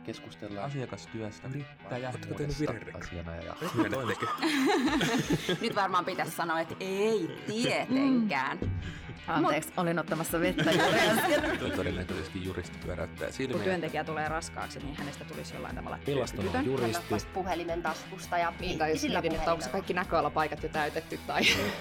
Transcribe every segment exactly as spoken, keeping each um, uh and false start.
keskustellaan asiakastyöstä, yrittäjähuolesta asiana ja Nyt varmaan pitäisi sanoa, että ei tietenkään. Anteeksi, Mut... olin ottamassa vettä juuri äsken. Todennäköisesti juristi pyöräyttää silmiä. Kun työntekijä tulee raskaaksi, niin hänestä tulisi jollain tavalla millaista on juristi? Puhelimen taskusta ja niin, tai jos mietin, että onko se kaikki näköalapaikat jo täytetty tai...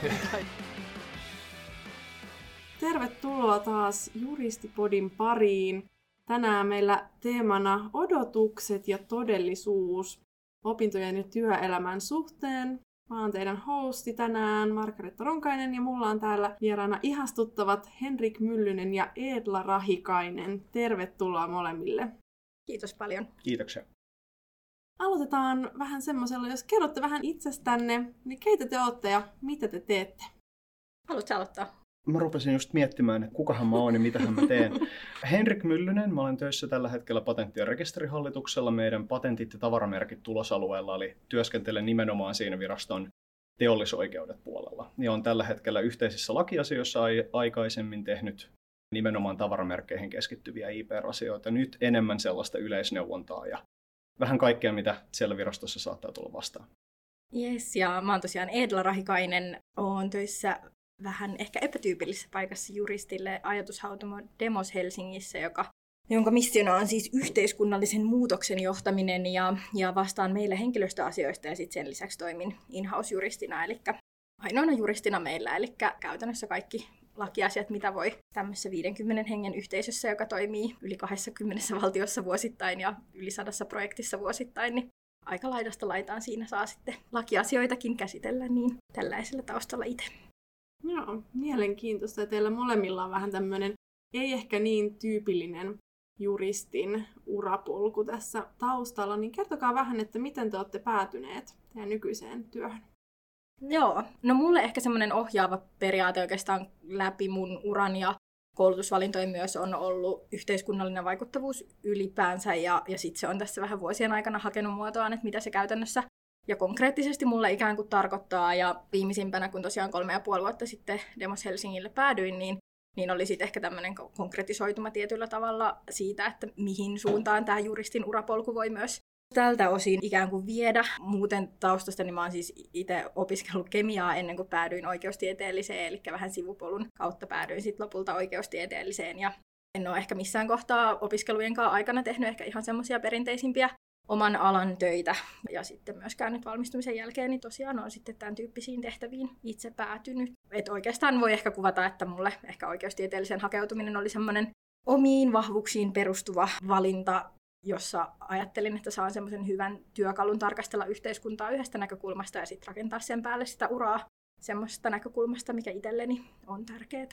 Tervetuloa taas Juristipodin pariin. Tänään meillä teemana odotukset ja todellisuus opintojen ja työelämän suhteen. Mä oon teidän hosti tänään, Margaretta Ronkainen, ja mulla on täällä vieraana ihastuttavat Henrik Myllynen ja Eetla Rahikainen. Tervetuloa molemmille. Kiitos paljon. Kiitoksia. Aloitetaan vähän semmoisella, jos kerrotte vähän itsestänne, niin keitä te ootte ja mitä te teette? Haluatko aloittaa? Mä rupesin just miettimään, että kukahan mä oon ja mitähän mä teen. Henrik Myllynen, mä olen töissä tällä hetkellä patentti- ja rekisterihallituksella meidän patentit ja tavaramerkit tulosalueella, eli työskentelen nimenomaan siinä viraston teollisoikeudet puolella. Ja olen tällä hetkellä yhteisissä lakiasioissa aikaisemmin tehnyt nimenomaan tavaramerkkeihin keskittyviä I P-asioita, nyt enemmän sellaista yleisneuvontaa ja vähän kaikkea, mitä siellä virastossa saattaa tulla vastaan. Jes, ja mä oon tosiaan Eetla Rahikainen, oon töissä vähän ehkä epätyypillisessä paikassa juristille ajatushautomo Demos Helsingissä, joka, jonka missiona on siis yhteiskunnallisen muutoksen johtaminen ja, ja vastaan meille henkilöstöasioista ja sitten sen lisäksi toimin in-house-juristina, eli ainoana juristina meillä, eli käytännössä kaikki lakiasiat, mitä voi tämmöisessä viidenkymmenen hengen yhteisössä, joka toimii yli kaksikymmentä valtiossa vuosittain ja yli sadassa projektissa vuosittain, niin aika laidasta laitaan siinä saa sitten lakiasioitakin käsitellä, niin tällaisella taustalla itse. Joo, mielenkiintoista. Teillä molemmilla on vähän tämmöinen ei ehkä niin tyypillinen juristin urapolku tässä taustalla, niin kertokaa vähän, että miten te olette päätyneet teidän nykyiseen työhön. Joo, no mulle ehkä semmoinen ohjaava periaate oikeastaan läpi mun uran ja koulutusvalintojen myös on ollut yhteiskunnallinen vaikuttavuus ylipäänsä ja, ja sitten se on tässä vähän vuosien aikana hakenut muotoaan, että mitä se käytännössä ja konkreettisesti mulle ikään kuin tarkoittaa, ja viimeisimpänä, kun tosiaan kolme ja puoli vuotta sitten Demos Helsingille päädyin, niin, niin oli sitten ehkä tämmöinen konkretisoituma tietyllä tavalla siitä, että mihin suuntaan tämä juristin urapolku voi myös tältä osin ikään kuin viedä. Muuten taustasta niin mä oon siis itse opiskellut kemiaa ennen kuin päädyin oikeustieteelliseen, eli vähän sivupolun kautta päädyin sitten lopulta oikeustieteelliseen, ja en ole ehkä missään kohtaa opiskelujenkaan aikana tehnyt ehkä ihan semmoisia perinteisimpiä oman alan töitä. Ja sitten myöskään nyt valmistumisen jälkeen niin tosiaan on sitten tämän tyyppisiin tehtäviin itse päätynyt. Et oikeastaan voi ehkä kuvata, että mulle ehkä oikeustieteellisen hakeutuminen oli semmoinen omiin vahvuuksiin perustuva valinta, jossa ajattelin, että saan semmoisen hyvän työkalun tarkastella yhteiskuntaa yhdestä näkökulmasta ja sitten rakentaa sen päälle sitä uraa semmoisesta näkökulmasta, mikä itselleni on tärkeää.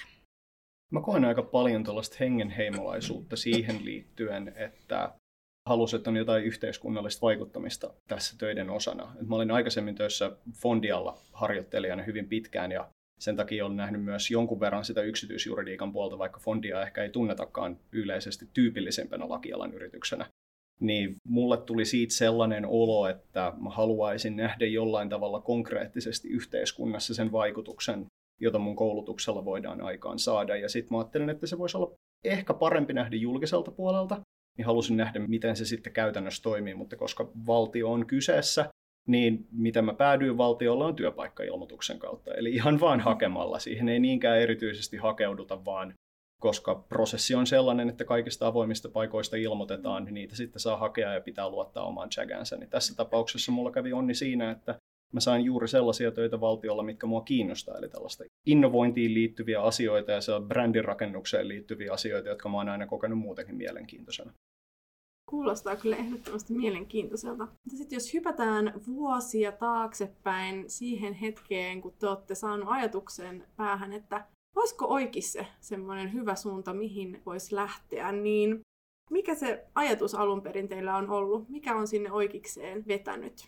Mä koen aika paljon tuollaista hengenheimolaisuutta siihen liittyen, että halusin, että on jotain yhteiskunnallista vaikuttamista tässä töiden osana. Mä olin aikaisemmin töissä Fondialla harjoittelijana hyvin pitkään ja sen takia olen nähnyt myös jonkun verran sitä yksityisjuridiikan puolta, vaikka Fondia ehkä ei tunnetakaan yleisesti tyypillisempänä lakialan yrityksenä. Niin mulle tuli siitä sellainen olo, että mä haluaisin nähdä jollain tavalla konkreettisesti yhteiskunnassa sen vaikutuksen, jota mun koulutuksella voidaan aikaan saada. Ja sitten mä ajattelin, että se voisi olla ehkä parempi nähdä julkiselta puolelta, niin halusin nähdä, miten se sitten käytännössä toimii, mutta koska valtio on kyseessä, niin miten mä päädyin valtiolla on työpaikkailmoituksen kautta. Eli ihan vaan hakemalla. Siihen ei niinkään erityisesti hakeuduta, vaan koska prosessi on sellainen, että kaikista avoimista paikoista ilmoitetaan, niin niitä sitten saa hakea ja pitää luottaa omaan tsägänsä. Niin tässä tapauksessa mulla kävi onni siinä, että mä sain juuri sellaisia töitä valtiolla, mitkä mua kiinnostaa, eli tällaista innovointiin liittyviä asioita ja brändinrakennukseen liittyviä asioita, jotka mä oon aina kokenut muutenkin mielenkiintoisena. Kuulostaa kyllä ehdottomasti mielenkiintoiselta. Mutta sitten jos hypätään vuosia taaksepäin siihen hetkeen, kun te olette saanut ajatuksen päähän, että olisiko oikein se semmoinen hyvä suunta, mihin voisi lähteä, niin mikä se ajatus alun perin teillä on ollut? Mikä on sinne oikeikseen vetänyt?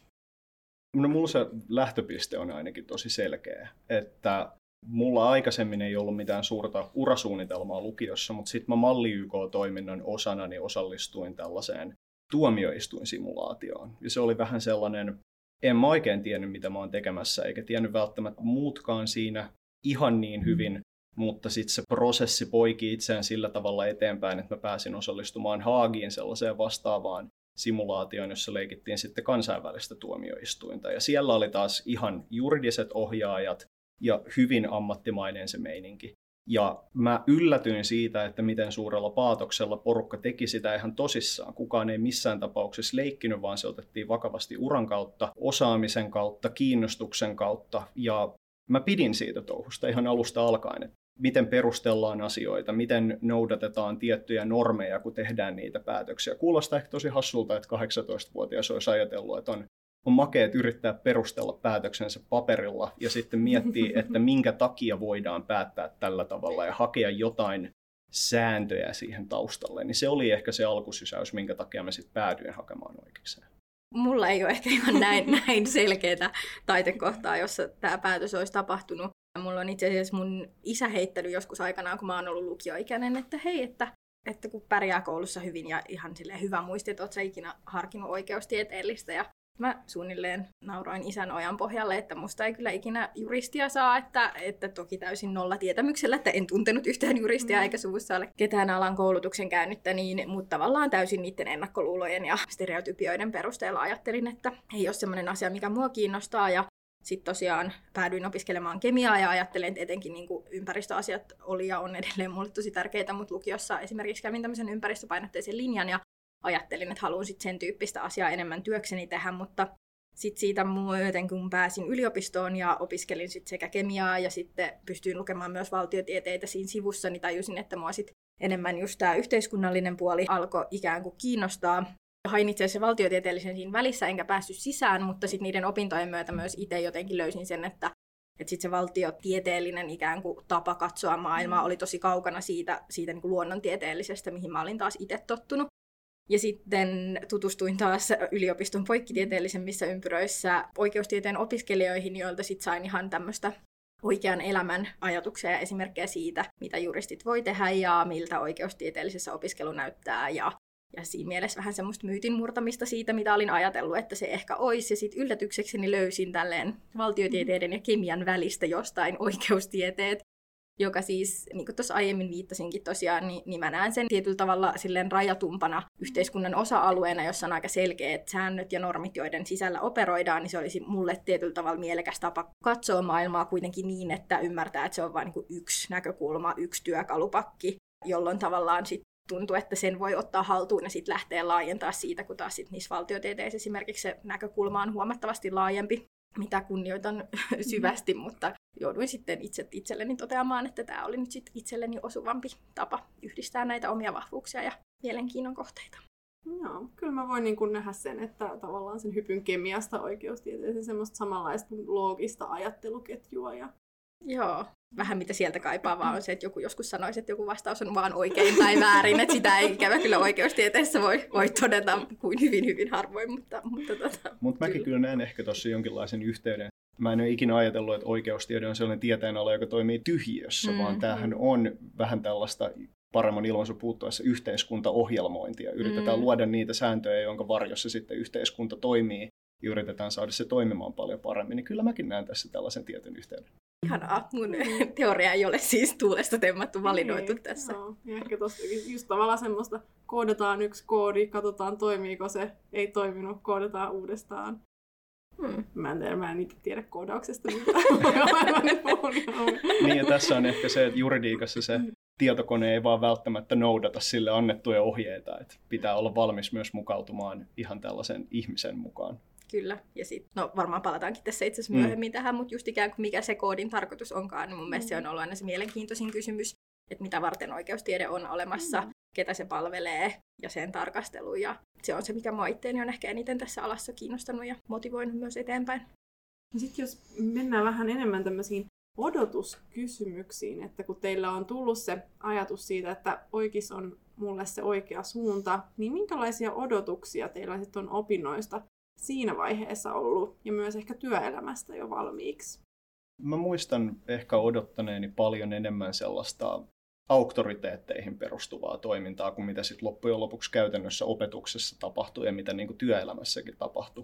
No mulla se lähtöpiste on ainakin tosi selkeä, että mulla aikaisemmin ei ollut mitään suurta urasuunnitelmaa lukiossa, mutta sitten mä malli-Y K-toiminnan osana niin osallistuin tällaiseen tuomioistuinsimulaatioon. Ja se oli vähän sellainen, en mä oikein tiennyt mitä mä oon tekemässä, eikä tiennyt välttämättä muutkaan siinä ihan niin hyvin, mutta sitten se prosessi poiki itseään sillä tavalla eteenpäin, että mä pääsin osallistumaan Haagiin sellaiseen vastaavaan simulaation, jossa leikittiin sitten kansainvälistä tuomioistuinta. Ja siellä oli taas ihan juridiset ohjaajat ja hyvin ammattimainen se meininki. Ja mä yllätyin siitä, että miten suurella paatoksella porukka teki sitä ihan tosissaan. Kukaan ei missään tapauksessa leikkinyt, vaan se otettiin vakavasti uran kautta, osaamisen kautta, kiinnostuksen kautta. Ja mä pidin siitä touhusta ihan alusta alkaen, että miten perustellaan asioita, miten noudatetaan tiettyjä normeja, kun tehdään niitä päätöksiä. Kuulostaa ehkä tosi hassulta, että kahdeksantoistavuotias olisi ajatellut, että on, on makeet yrittää perustella päätöksensä paperilla ja sitten miettiä, että minkä takia voidaan päättää tällä tavalla ja hakea jotain sääntöjä siihen taustalle. Niin se oli ehkä se alkusysäys, minkä takia mä sitten päädyin hakemaan oikeukseen. Mulla ei ole ehkä ihan näin, näin selkeää taitekohtaa, jossa tämä päätös olisi tapahtunut. Mulla on itse asiassa mun isä heittänyt joskus aikanaan, kun mä oon ollut lukioikäinen, että hei, että, että kun pärjää koulussa hyvin ja ihan silleen hyvä muisti, että oot sä ikinä harkinnut oikeustieteellistä. Ja mä suunnilleen nauroin isän ojan pohjalle, että musta ei kyllä ikinä juristia saa, että, että toki täysin nolla tietämyksellä, että en tuntenut yhtään juristia eikä suvussa ole ketään alan koulutuksen käynyttä, niin, mutta tavallaan täysin niiden ennakkoluulojen ja stereotypioiden perusteella ajattelin, että ei ole semmoinen asia, mikä mua kiinnostaa. Ja sitten tosiaan päädyin opiskelemaan kemiaa ja ajattelin, että etenkin niin kuin ympäristöasiat oli ja on edelleen mulle tosi tärkeitä, mutta lukiossa esimerkiksi kävin tämmöisen ympäristöpainotteisen linjan ja ajattelin, että haluan sitten sen tyyppistä asiaa enemmän työkseni tehdä, mutta sitten siitä myöten, kun pääsin yliopistoon ja opiskelin sit sekä kemiaa ja sitten pystyin lukemaan myös valtiotieteitä siinä sivussa, niin tajusin, että mua sitten enemmän just tämä yhteiskunnallinen puoli alkoi ikään kuin kiinnostaa. Hain itse asiassa valtiotieteellisen siinä välissä, enkä päässyt sisään, mutta sitten niiden opintojen myötä myös itse jotenkin löysin sen, että, että sitten se valtiotieteellinen ikään kuin tapa katsoa maailmaa oli tosi kaukana siitä, siitä niin kuin luonnontieteellisestä, mihin mä olin taas itse tottunut. Ja sitten tutustuin taas yliopiston poikkitieteellisemmissä ympyröissä oikeustieteen opiskelijoihin, joilta sitten sain ihan tämmöistä oikean elämän ajatuksia ja esimerkkejä siitä, mitä juristit voi tehdä ja miltä oikeustieteellisessä opiskelu näyttää. Ja, ja siinä mielessä vähän semmoista myytin murtamista siitä, mitä olin ajatellut, että se ehkä olisi. Ja sitten yllätyksekseni löysin tälleen valtiotieteiden ja kemian välistä jostain oikeustieteet, joka siis, niin kuin tuossa aiemmin viittasinkin tosiaan, niin, niin mä näen sen tietyllä tavalla silleen rajatumpana yhteiskunnan osa-alueena, jossa on aika selkeät säännöt ja normit, joiden sisällä operoidaan, niin se olisi mulle tietyllä tavalla mielekäs tapa katsoa maailmaa kuitenkin niin, että ymmärtää, että se on vain niin kuin yksi näkökulma, yksi työkalupakki, jolloin tavallaan sit tuntuu, että sen voi ottaa haltuun ja sitten lähteä laajentaa siitä, kun taas sit niissä valtiotieteissä esimerkiksi se näkökulma on huomattavasti laajempi, mitä kunnioitan syvästi, mutta jouduin sitten itse itselleni toteamaan, että tämä oli nyt sitten itselleni osuvampi tapa yhdistää näitä omia vahvuuksia ja mielenkiinnon kohteita. Joo, kyllä mä voin niin kuin nähdä sen, että tavallaan sen hypyn kemiasta oikeustieteeseen semmoista samanlaista loogista ajatteluketjua. Ja... Joo, vähän mitä sieltä kaipaa vaan on se, että joku joskus sanoisi, että joku vastaus on vaan oikein tai väärin, että sitä ei ikävä kyllä oikeustieteessä voi, voi todeta kuin hyvin hyvin harvoin, mutta... Mutta tota, Mut mäkin kyllä. kyllä näen ehkä tuossa jonkinlaisen yhteyden. Mä en ole ikinä ajatellut, että oikeustiede on sellainen tieteenala, joka toimii tyhjiössä, mm, vaan tämähän mm. on vähän tällaista paremman ilmaisun puuttuessa yhteiskuntaohjelmointia. Yritetään mm. luoda niitä sääntöjä, jonka varjossa sitten yhteiskunta toimii, ja yritetään saada se toimimaan paljon paremmin. Niin kyllä mäkin näen tässä tällaisen tietyn yhteyden. Ihanaa. Mun teoria ei ole siis tuulesta temmattu validoitu ei, tässä. Joo. Ja ehkä tuossa just tavallaan semmoista, koodataan yksi koodi, katsotaan toimiiko se, ei toiminut, koodataan uudestaan. Hmm. Mä en tiedä, mä en itse tiedä koodauksesta mitään. Niin ja tässä on ehkä se, että juridiikassa se tietokone ei vaan välttämättä noudata sille annettuja ohjeita, että pitää olla valmis myös mukautumaan ihan tällaisen ihmisen mukaan. Kyllä, ja sitten, no varmaan palataankin tässä itse asiassa myöhemmin mm. tähän, mutta just ikään kuin mikä se koodin tarkoitus onkaan, niin mun mielestä se on ollut aina se mielenkiintoisin kysymys, että mitä varten oikeustiede on olemassa, mm. ketä se palvelee ja sen tarkastelu, ja se on se, mikä mua itteeni on ehkä eniten tässä alassa kiinnostanut ja motivoinut myös eteenpäin. Sitten jos mennään vähän enemmän tämmöisiin odotuskysymyksiin, että kun teillä on tullut se ajatus siitä, että oikeus on mulle se oikea suunta, niin minkälaisia odotuksia teillä sitten on opinnoista siinä vaiheessa ollut ja myös ehkä työelämästä jo valmiiksi? Mä muistan ehkä odottaneeni paljon enemmän sellaista auktoriteetteihin perustuvaa toimintaa kuin mitä sitten loppujen lopuksi käytännössä opetuksessa tapahtui ja mitä niin kuin työelämässäkin tapahtui.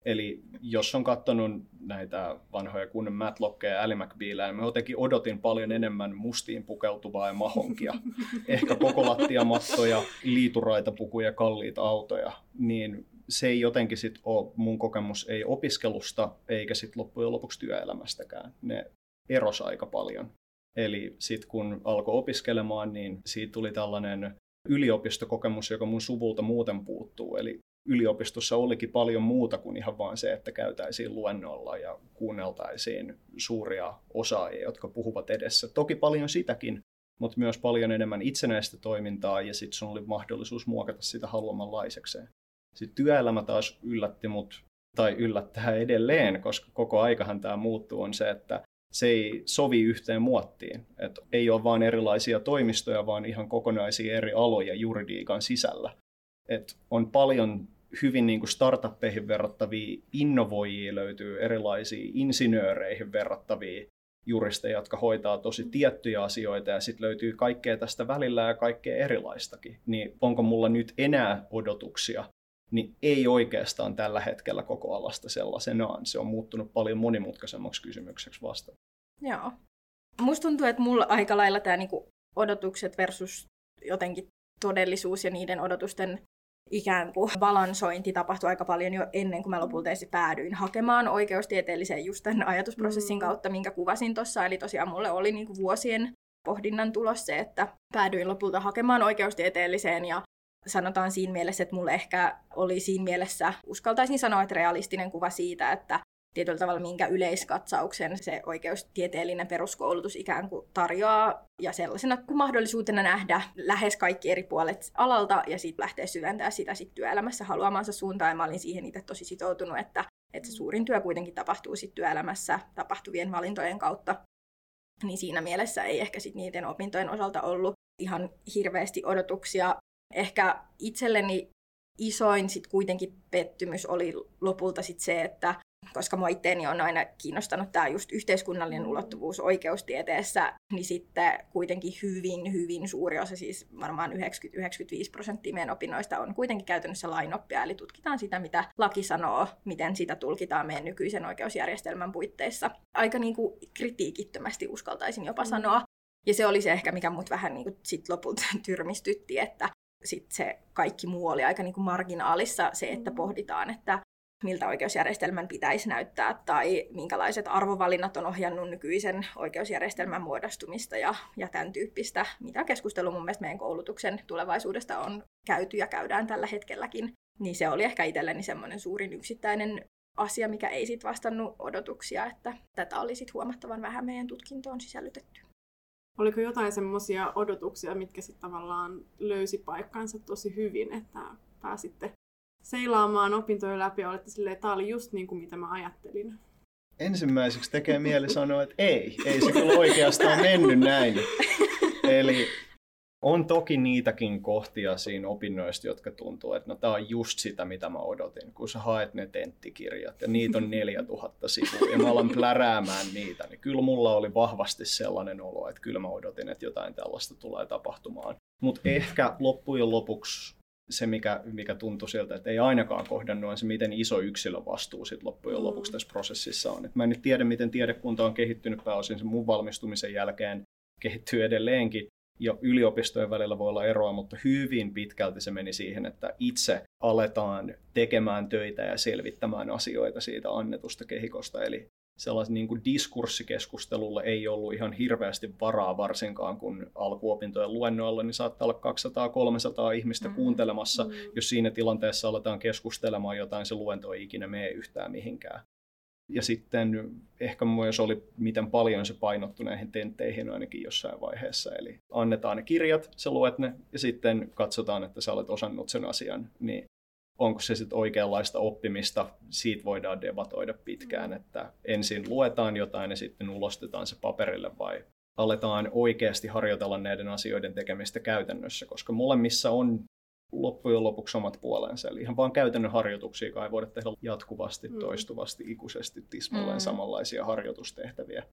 Eli jos on katsonut näitä vanhoja kunnon Matlockia ja Ally McBealia, niin mä jotenkin odotin paljon enemmän mustiin pukeutuvaa ja mahonkia. Ehkä koko lattiamattoja, liituraitapukuja, kalliita autoja. Niin se ei jotenkin sit ole mun kokemus ei opiskelusta, eikä sit loppujen lopuksi työelämästäkään. Ne erosi aika paljon. Eli sitten kun alkoi opiskelemaan, niin siitä tuli tällainen yliopistokokemus, joka mun suvulta muuten puuttuu. Eli yliopistossa olikin paljon muuta kuin ihan vain se, että käytäisiin luennolla ja kuunneltaisiin suuria osaajia, jotka puhuvat edessä. Toki paljon sitäkin, mutta myös paljon enemmän itsenäistä toimintaa ja sitten sun oli mahdollisuus muokata sitä haluamanlaisekseen. Sitten työelämä taas yllätti mut, tai yllättää edelleen, koska koko aikahan tämä muuttuu, on se, että se ei sovi yhteen muottiin. Et ei ole vain erilaisia toimistoja, vaan ihan kokonaisia eri aloja juridiikan sisällä. Et on paljon hyvin niin kuin startuppeihin verrattavia innovoijia, löytyy erilaisia insinööreihin verrattavia juristeja, jotka hoitaa tosi tiettyjä asioita, ja sitten löytyy kaikkea tästä välillä ja kaikkea erilaistakin. Niin onko mulla nyt enää odotuksia? Niin ei oikeastaan tällä hetkellä koko alasta sellaisenaan. Se on muuttunut paljon monimutkaisemmaksi kysymykseksi vasta. Joo. Musta tuntuu, että mulla aika lailla tämä niinku odotukset versus jotenkin todellisuus ja niiden odotusten ikään kuin balansointi tapahtui aika paljon jo ennen kuin mä lopulta päädyin hakemaan oikeustieteelliseen just tämän ajatusprosessin kautta, minkä kuvasin tuossa. Eli tosiaan mulle oli niinku vuosien pohdinnan tulos se, että päädyin lopulta hakemaan oikeustieteelliseen ja sanotaan siinä mielessä, että mulle ehkä oli siinä mielessä, uskaltaisin sanoa, että realistinen kuva siitä, että tietyllä tavalla minkä yleiskatsauksen se oikeustieteellinen peruskoulutus ikään kuin tarjoaa ja sellaisena kuin mahdollisuutena nähdä lähes kaikki eri puolet alalta ja sitten lähteä syventämään sitä sit työelämässä haluamansa suuntaan. Ja mä olin siihen itse tosi sitoutunut, että, että se suurin työ kuitenkin tapahtuu sit työelämässä tapahtuvien valintojen kautta. Niin siinä mielessä ei ehkä sit niiden opintojen osalta ollut ihan hirveästi odotuksia. Ehkä itselleni isoin sit kuitenkin pettymys oli lopulta sit se, että koska mua itteeni on aina kiinnostanut tämä just yhteiskunnallinen ulottuvuus oikeustieteessä, niin sitten kuitenkin hyvin, hyvin suuri osa, siis varmaan yhdeksänkymmentä yhdeksänkymmentäviisi prosenttia meidän opinnoista on kuitenkin käytännössä lainoppia, eli tutkitaan sitä, mitä laki sanoo, miten sitä tulkitaan meidän nykyisen oikeusjärjestelmän puitteissa. Aika niin kuin kritiikittömästi uskaltaisin jopa sanoa. Ja se oli se ehkä, mikä mut vähän niin kuin sit lopulta tyrmistytti, että sit se kaikki muu oli aika niin kuin marginaalissa se, että pohditaan, että miltä oikeusjärjestelmän pitäisi näyttää tai minkälaiset arvovalinnat on ohjannut nykyisen oikeusjärjestelmän muodostumista ja, ja tämän tyyppistä, mitä keskustelua mun mielestä meidän koulutuksen tulevaisuudesta on käyty ja käydään tällä hetkelläkin. Niin se oli ehkä itselleni semmoinen suurin yksittäinen asia, mikä ei sit vastannut odotuksia, että tätä oli sit huomattavan vähän meidän tutkintoon sisällytetty. Oliko jotain semmoisia odotuksia, mitkä sitten tavallaan löysi paikkansa tosi hyvin, että pääsitte seilaamaan opintoja läpi ja olette silleen, että tämä oli just niin kuin mitä mä ajattelin? Ensimmäiseksi tekee mieli sanoa, että ei, ei se kyllä oikeastaan mennyt näin. Eli on toki niitäkin kohtia siinä opinnoista, jotka tuntuu, että no tämä on just sitä, mitä mä odotin. Kun sä haet ne tenttikirjat ja niitä on neljätuhatta sivua ja mä alan pläräämään niitä, niin kyllä mulla oli vahvasti sellainen olo, että kyllä mä odotin, että jotain tällaista tulee tapahtumaan. Mutta ehkä loppujen lopuksi se, mikä, mikä tuntui siltä, että ei ainakaan kohdannut, on se, miten iso yksilövastuu sit loppujen lopuksi tässä prosessissa on. Et mä en nyt tiedä, miten tiedekunta on kehittynyt pääosin sen mun valmistumisen jälkeen, kehittyy edelleenkin. Ja yliopistojen välillä voi olla eroa, mutta hyvin pitkälti se meni siihen, että itse aletaan tekemään töitä ja selvittämään asioita siitä annetusta kehikosta. Eli sellaisen niin kuin diskurssikeskustelulle ei ollut ihan hirveästi varaa, varsinkaan kun alkuopintojen luennoilla, niin saattaa olla kaksisataa kolmesataa ihmistä mm. kuuntelemassa. Mm. Jos siinä tilanteessa aletaan keskustelemaan jotain, se luento ei ikinä mene yhtään mihinkään. Ja sitten ehkä myös oli, miten paljon se painottui näihin tentteihin ainakin jossain vaiheessa. Eli annetaan ne kirjat, sä luet ne ja sitten katsotaan, että sä olet osannut sen asian. Niin onko se sitten oikeanlaista oppimista, siitä voidaan debatoida pitkään, että ensin luetaan jotain ja sitten ulostetaan se paperille vai aletaan oikeasti harjoitella näiden asioiden tekemistä käytännössä, koska molemmissa on loppujen lopuksi omat puolensa. Eli ihan vaan käytännön harjoituksia, joka ei voida tehdä jatkuvasti, toistuvasti, ikuisesti, tismalleen samanlaisia harjoitustehtäviä.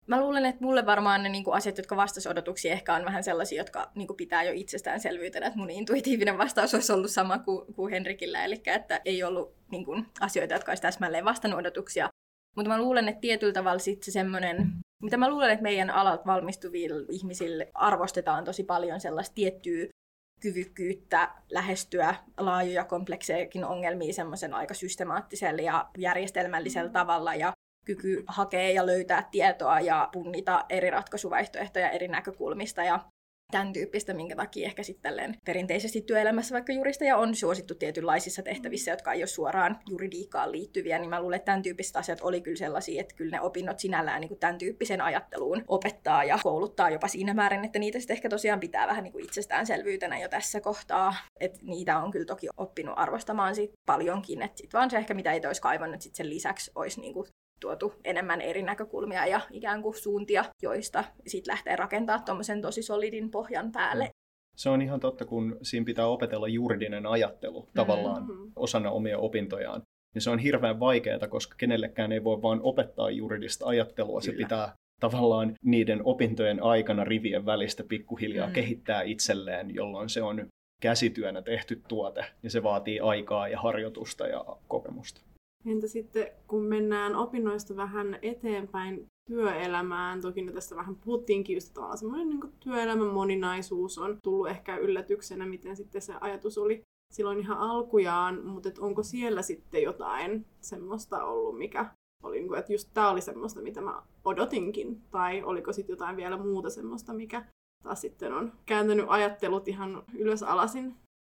Mä luulen, että mulle varmaan ne niinku asiat, jotka vastasivat odotuksiin, ehkä on vähän sellaisia, jotka niinku pitää jo itsestäänselvyytenä, että mun intuitiivinen vastaus olisi ollut sama kuin, kuin Henrikillä, eli että ei ollut niinku asioita, jotka olisi täsmälleen vastannut odotuksia. Mutta mä luulen, että tietyllä tavalla sit se semmoinen, mitä mä luulen, että meidän alalta valmistuville ihmisille arvostetaan tosi paljon sellaista tiettyä kyvykkyyttä lähestyä laajoja kompleksejakin ongelmia semmoisen aika systemaattisella ja järjestelmällisellä tavalla ja kyky hakea ja löytää tietoa ja punnita eri ratkaisuvaihtoehtoja eri näkökulmista ja tämän tyyppistä, minkä takia ehkä sitten perinteisesti työelämässä vaikka juristeja on suosittu tietynlaisissa tehtävissä, jotka ei ole suoraan juridiikkaan liittyviä, niin mä luulen, että tämän tyyppiset asiat oli kyllä sellaisia, että kyllä ne opinnot sinällään niin kuin tämän tyyppisen ajatteluun opettaa ja kouluttaa jopa siinä määrin, että niitä sitten ehkä tosiaan pitää vähän niin kuin itsestäänselvyytenä jo tässä kohtaa, että niitä on kyllä toki oppinut arvostamaan siitä paljonkin, että sitten vaan se ehkä mitä ei olisi kaivannut sit sen lisäksi olisi niin kuin tuotu enemmän eri näkökulmia ja ikään kuin suuntia, joista sitten lähtee rakentamaan tuommoisen tosi solidin pohjan päälle. Se on ihan totta, kun siinä pitää opetella juridinen ajattelu mm-hmm. tavallaan osana omia opintojaan. Ja se on hirveän vaikeaa, koska kenellekään ei voi vaan opettaa juridista ajattelua. Kyllä. Se pitää tavallaan niiden opintojen aikana rivien välistä pikkuhiljaa mm. kehittää itselleen, jolloin se on käsityönä tehty tuote. Ja se vaatii aikaa ja harjoitusta ja kokemusta. Entä sitten, kun mennään opinnoista vähän eteenpäin työelämään, toki no tästä vähän puhuttiinkin just tavallaan semmoinen niin kuin työelämän moninaisuus on tullut ehkä yllätyksenä, miten sitten se ajatus oli silloin ihan alkujaan, mutta et onko siellä sitten jotain semmoista ollut, mikä oli, niin kuin, että just tämä oli semmoista, mitä mä odotinkin, tai oliko sitten jotain vielä muuta semmoista, mikä taas sitten on kääntänyt ajattelut ihan ylös alasin?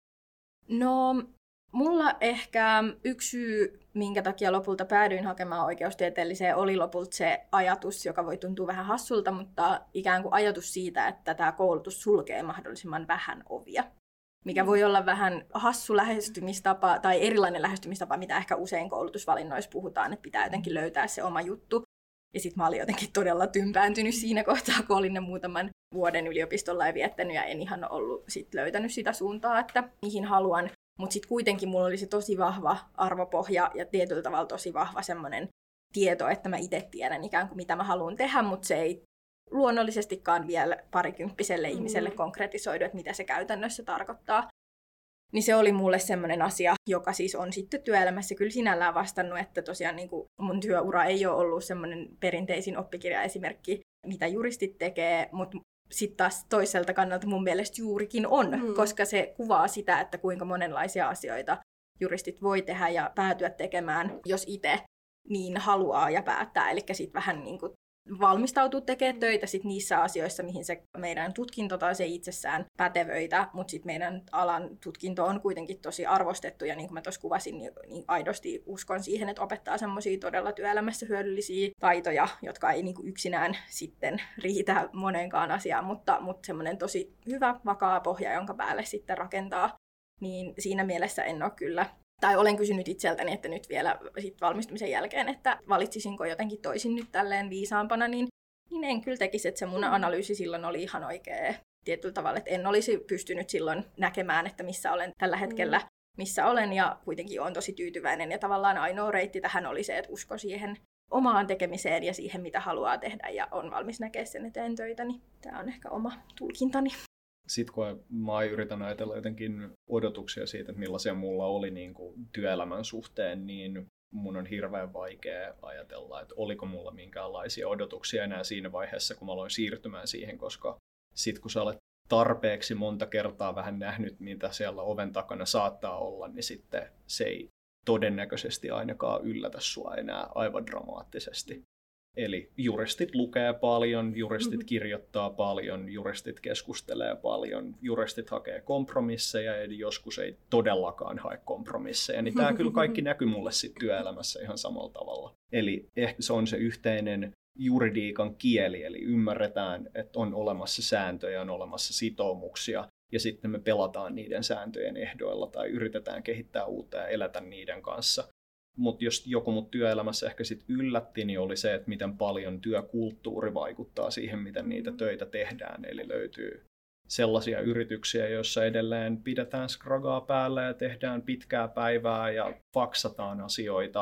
No, mulla ehkä yksi syy, minkä takia lopulta päädyin hakemaan oikeustieteelliseen, oli lopulta se ajatus, joka voi tuntua vähän hassulta, mutta ikään kuin ajatus siitä, että tämä koulutus sulkee mahdollisimman vähän ovia. Mikä voi olla vähän hassu lähestymistapa tai erilainen lähestymistapa, mitä ehkä usein koulutusvalinnoissa puhutaan, että pitää jotenkin löytää se oma juttu. Ja sitten mä olin jotenkin todella tympääntynyt siinä kohtaa, kun olin ne muutaman vuoden yliopistolla ja viettänyt ja en ihan ollut sit löytänyt sitä suuntaa, että mihin haluan. Mutta sitten kuitenkin mulla oli se tosi vahva arvopohja ja tietyllä tavalla tosi vahva semmoinen tieto, että mä itse tiedän ikään kuin mitä mä haluan tehdä, mutta se ei luonnollisestikaan vielä parikymppiselle mm. ihmiselle konkretisoidu, että mitä se käytännössä tarkoittaa. Niin se oli mulle semmoinen asia, joka siis on sitten työelämässä kyllä sinällään vastannut, että tosiaan niin kuin mun työura ei ole ollut semmoinen perinteisin oppikirjaesimerkki, mitä juristit tekee, mutta sitten taas toiselta kannalta mun mielestä juurikin on, mm. koska se kuvaa sitä, että kuinka monenlaisia asioita juristit voi tehdä ja päätyä tekemään, jos itse niin haluaa ja päättää. Eli sitten vähän niin kuin valmistautuu tekemään töitä sit niissä asioissa, mihin se meidän tutkinto taas ei itsessään pätevöitä, mutta sitten meidän alan tutkinto on kuitenkin tosi arvostettu, ja niin kuin mä tuossa kuvasin, niin, niin aidosti uskon siihen, että opettaa semmoisia todella työelämässä hyödyllisiä taitoja, jotka ei niin kuin yksinään sitten riitä moneenkaan asiaan, mutta, mutta semmoinen tosi hyvä, vakaa pohja, jonka päälle sitten rakentaa, niin siinä mielessä en ole kyllä. Tai olen kysynyt itseltäni, että nyt vielä sit valmistumisen jälkeen, että valitsisinko jotenkin toisin nyt tälleen viisaampana, niin, niin en kyllä tekisi, että se mun analyysi silloin oli ihan oikea tietyllä tavalla, että en olisi pystynyt silloin näkemään, että missä olen tällä hetkellä, missä olen, ja kuitenkin olen tosi tyytyväinen, ja tavallaan ainoa reitti tähän oli se, että usko siihen omaan tekemiseen ja siihen, mitä haluaa tehdä, ja on valmis näkemään sen eteen töitä, niin tämä on ehkä oma tulkintani. Sitten kun mä yritän ajatella jotenkin odotuksia siitä, että millaisia mulla oli niin kuin työelämän suhteen, niin mun on hirveän vaikea ajatella, että oliko mulla minkäänlaisia odotuksia enää siinä vaiheessa, kun mä aloin siirtymään siihen, koska sit kun sä olet tarpeeksi monta kertaa vähän nähnyt, mitä siellä oven takana saattaa olla, niin sitten se ei todennäköisesti ainakaan yllätä sua enää aivan dramaattisesti. Eli juristit lukee paljon, juristit kirjoittaa paljon, juristit keskustelee paljon, juristit hakee kompromisseja ja joskus ei todellakaan hae kompromisseja. Niin tämä kyllä kaikki näkyy mulle sitten työelämässä ihan samalla tavalla. Eli ehkä se on se yhteinen juridiikan kieli, eli ymmärretään, että on olemassa sääntöjä, on olemassa sitoumuksia, ja sitten me pelataan niiden sääntöjen ehdoilla tai yritetään kehittää uutta ja elätä niiden kanssa. Mutta jos joku mut työelämässä ehkä sit yllätti, niin oli se, että miten paljon työkulttuuri vaikuttaa siihen, miten niitä töitä tehdään. Eli löytyy sellaisia yrityksiä, joissa edelleen pidetään skragaa päällä ja tehdään pitkää päivää ja faksataan asioita.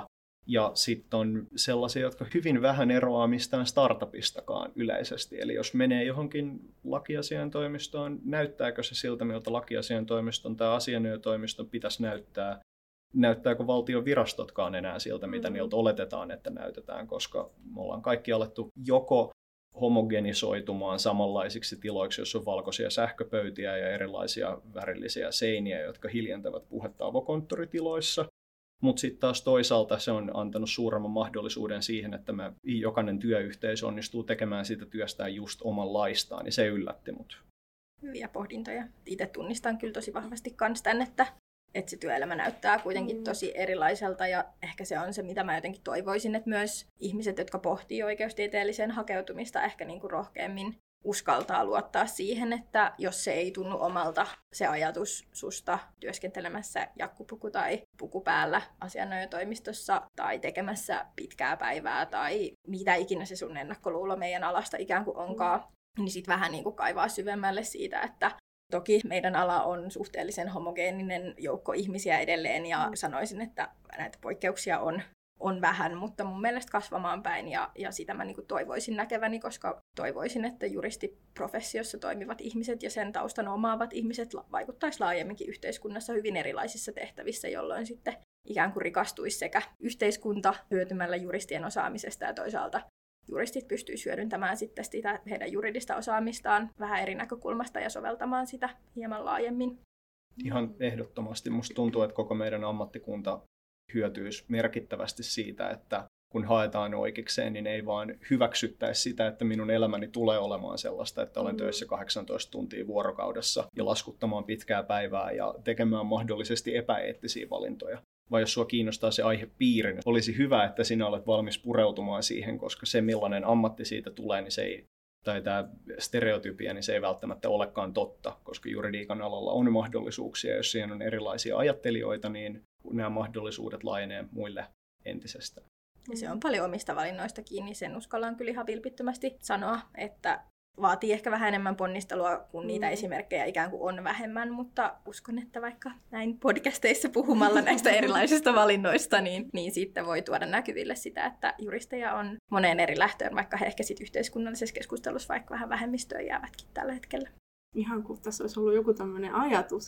Ja sitten on sellaisia, jotka hyvin vähän eroaa mistään startupistakaan yleisesti. Eli jos menee johonkin lakiasiaintoimistoon, näyttääkö se siltä, miltä lakiasiaintoimiston tai asianajotoimiston pitäisi näyttää? Näyttääkö valtion virastotkaan enää siltä, mitä mm-hmm. niiltä oletetaan, että näytetään, koska me ollaan kaikki alettu joko homogenisoitumaan samanlaisiksi tiloiksi, jossa on valkoisia sähköpöytiä ja erilaisia värillisiä seiniä, jotka hiljentävät puhetta avokonttoritiloissa. Mutta sitten taas toisaalta se on antanut suuremman mahdollisuuden siihen, että me jokainen työyhteisö onnistuu tekemään siitä työstään just omanlaistaan, niin se yllätti mut. Hyviä pohdintoja. Itse tunnistan kyllä tosi vahvasti myös tämän, että, että se työelämä näyttää kuitenkin mm. tosi erilaiselta ja ehkä se on se, mitä mä jotenkin toivoisin, että myös ihmiset, jotka pohtii oikeustieteelliseen hakeutumista ehkä niin kuin rohkeammin uskaltaa luottaa siihen, että jos se ei tunnu omalta se ajatus susta työskentelemässä jakkupuku tai puku päällä asianajotoimistossa tai tekemässä pitkää päivää tai mitä ikinä se sun ennakkoluulo meidän alasta ikään kuin onkaan, niin sitten vähän niin kuin kaivaa syvemmälle siitä, että toki meidän ala on suhteellisen homogeeninen joukko ihmisiä edelleen ja sanoisin, että näitä poikkeuksia on on vähän, mutta mun mielestä kasvamaan päin ja, ja sitä mä niinku toivoisin näkeväni, koska toivoisin, että juristiprofessiossa toimivat ihmiset ja sen taustan omaavat ihmiset vaikuttaisi laajemminkin yhteiskunnassa hyvin erilaisissa tehtävissä, jolloin sitten ikään kuin rikastuisi sekä yhteiskunta hyötymällä juristien osaamisesta ja toisaalta juristit pystyisivät hyödyntämään sitten sitä heidän juridista osaamistaan vähän eri näkökulmasta ja soveltamaan sitä hieman laajemmin. Ihan ehdottomasti. Musta tuntuu, että koko meidän ammattikunta hyötyisi merkittävästi siitä, että kun haetaan oikeikseen, niin ei vaan hyväksyttäisi sitä, että minun elämäni tulee olemaan sellaista, että olen töissä kahdeksantoista tuntia vuorokaudessa ja laskuttamaan pitkää päivää ja tekemään mahdollisesti epäeettisiä valintoja. Vai jos sua kiinnostaa se aihepiiri, niin olisi hyvä, että sinä olet valmis pureutumaan siihen, koska se millainen ammatti siitä tulee, niin se ei, tai tämä stereotypia, niin se ei välttämättä olekaan totta, koska juridiikan alalla on mahdollisuuksia, jos siihen on erilaisia ajattelijoita, niin nämä mahdollisuudet laajenee muille entisestään. Ja se on paljon omista valinnoista kiinni, sen uskallaan kyllä ihan vilpittömästi sanoa, että vaatii ehkä vähän enemmän ponnistelua, kun niitä mm. esimerkkejä ikään kuin on vähemmän, mutta uskon, että vaikka näin podcasteissa puhumalla näistä erilaisista valinnoista, niin, niin sitten voi tuoda näkyville sitä, että juristeja on moneen eri lähtöön, vaikka he ehkä sitten yhteiskunnallisessa keskustelussa vaikka vähän vähemmistöön jäävätkin tällä hetkellä. Ihan kuin tässä olisi ollut joku tämmöinen ajatus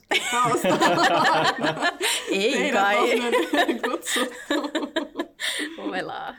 taustalla. Ei kai. Kutsuttu. Ovelaa.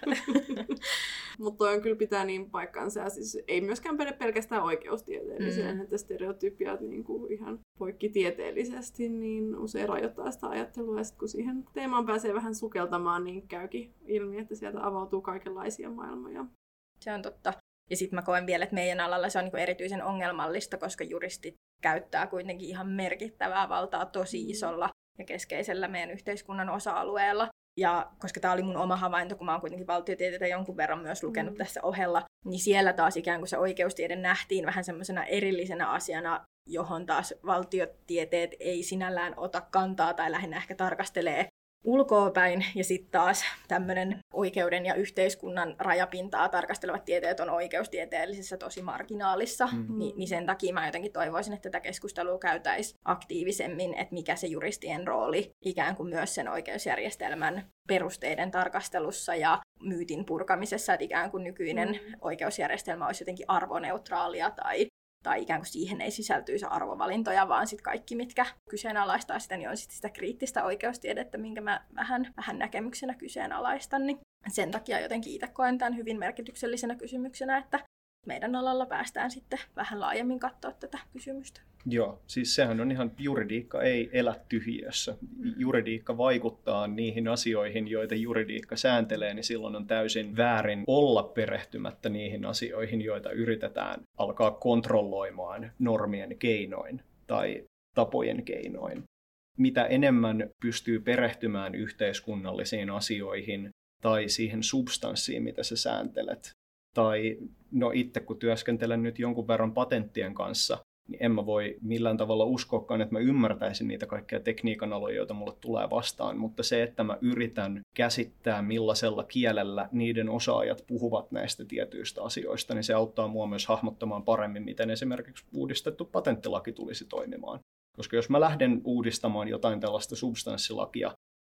Mutta toi on kyllä pitää niin paikkansa. Ja siis ei myöskään päde pelkästään oikeustieteelliseen, mm. että stereotypiat niin kuin ihan poikkitieteellisesti niin usein rajoittaa sitä ajattelua. Ja sitten kun siihen teemaan pääsee vähän sukeltamaan, niin käykin ilmi, että sieltä avautuu kaikenlaisia maailmoja. Se on totta. Ja sitten mä koen vielä, että meidän alalla se on niinku erityisen ongelmallista, koska juristit käyttää kuitenkin ihan merkittävää valtaa tosi isolla ja keskeisellä meidän yhteiskunnan osa-alueella. Ja koska tämä oli mun oma havainto, kun mä oon kuitenkin valtiotieteitä jonkun verran myös lukenut mm. tässä ohella, niin siellä taas ikään kuin se oikeustiede nähtiin vähän semmoisena erillisenä asiana, johon taas valtiotieteet ei sinällään ota kantaa tai lähinnä ehkä tarkastelee ulkoapäin. Ja sitten taas tämmöinen oikeuden ja yhteiskunnan rajapintaa tarkastelevat tieteet on oikeustieteellisessä tosi marginaalissa. Mm-hmm. Ni, niin sen takia mä jotenkin toivoisin, että tätä keskustelua käytäisiin aktiivisemmin, että mikä se juristien rooli ikään kuin myös sen oikeusjärjestelmän perusteiden tarkastelussa ja myytin purkamisessa, että ikään kuin nykyinen mm-hmm. oikeusjärjestelmä olisi jotenkin arvoneutraalia tai tai ikään kuin siihen ei sisältyisi arvovalintoja, vaan sitten kaikki, mitkä kyseenalaistaa sitä, niin on sitten sitä kriittistä oikeustiedettä, minkä mä vähän, vähän näkemyksenä kyseenalaistan. Niin sen takia jotenkin itse koen tämän hyvin merkityksellisenä kysymyksenä, että meidän alalla päästään sitten vähän laajemmin katsoa tätä kysymystä. Joo, siis sehän on ihan, juridiikka ei elä tyhjiössä. Juridiikka vaikuttaa niihin asioihin, joita juridiikka sääntelee, niin silloin on täysin väärin olla perehtymättä niihin asioihin, joita yritetään alkaa kontrolloimaan normien keinoin tai tapojen keinoin. Mitä enemmän pystyy perehtymään yhteiskunnallisiin asioihin tai siihen substanssiin, mitä sä sääntelet, tai no itse kun työskentelen nyt jonkun verran patenttien kanssa, niin en mä voi millään tavalla uskoakaan, että mä ymmärtäisin niitä kaikkia tekniikan aloja, joita mulle tulee vastaan, mutta se, että mä yritän käsittää millaisella kielellä niiden osaajat puhuvat näistä tietyistä asioista, niin se auttaa mua myös hahmottamaan paremmin, miten esimerkiksi uudistettu patenttilaki tulisi toimimaan. Koska jos mä lähden uudistamaan jotain tällaista substanssilakia,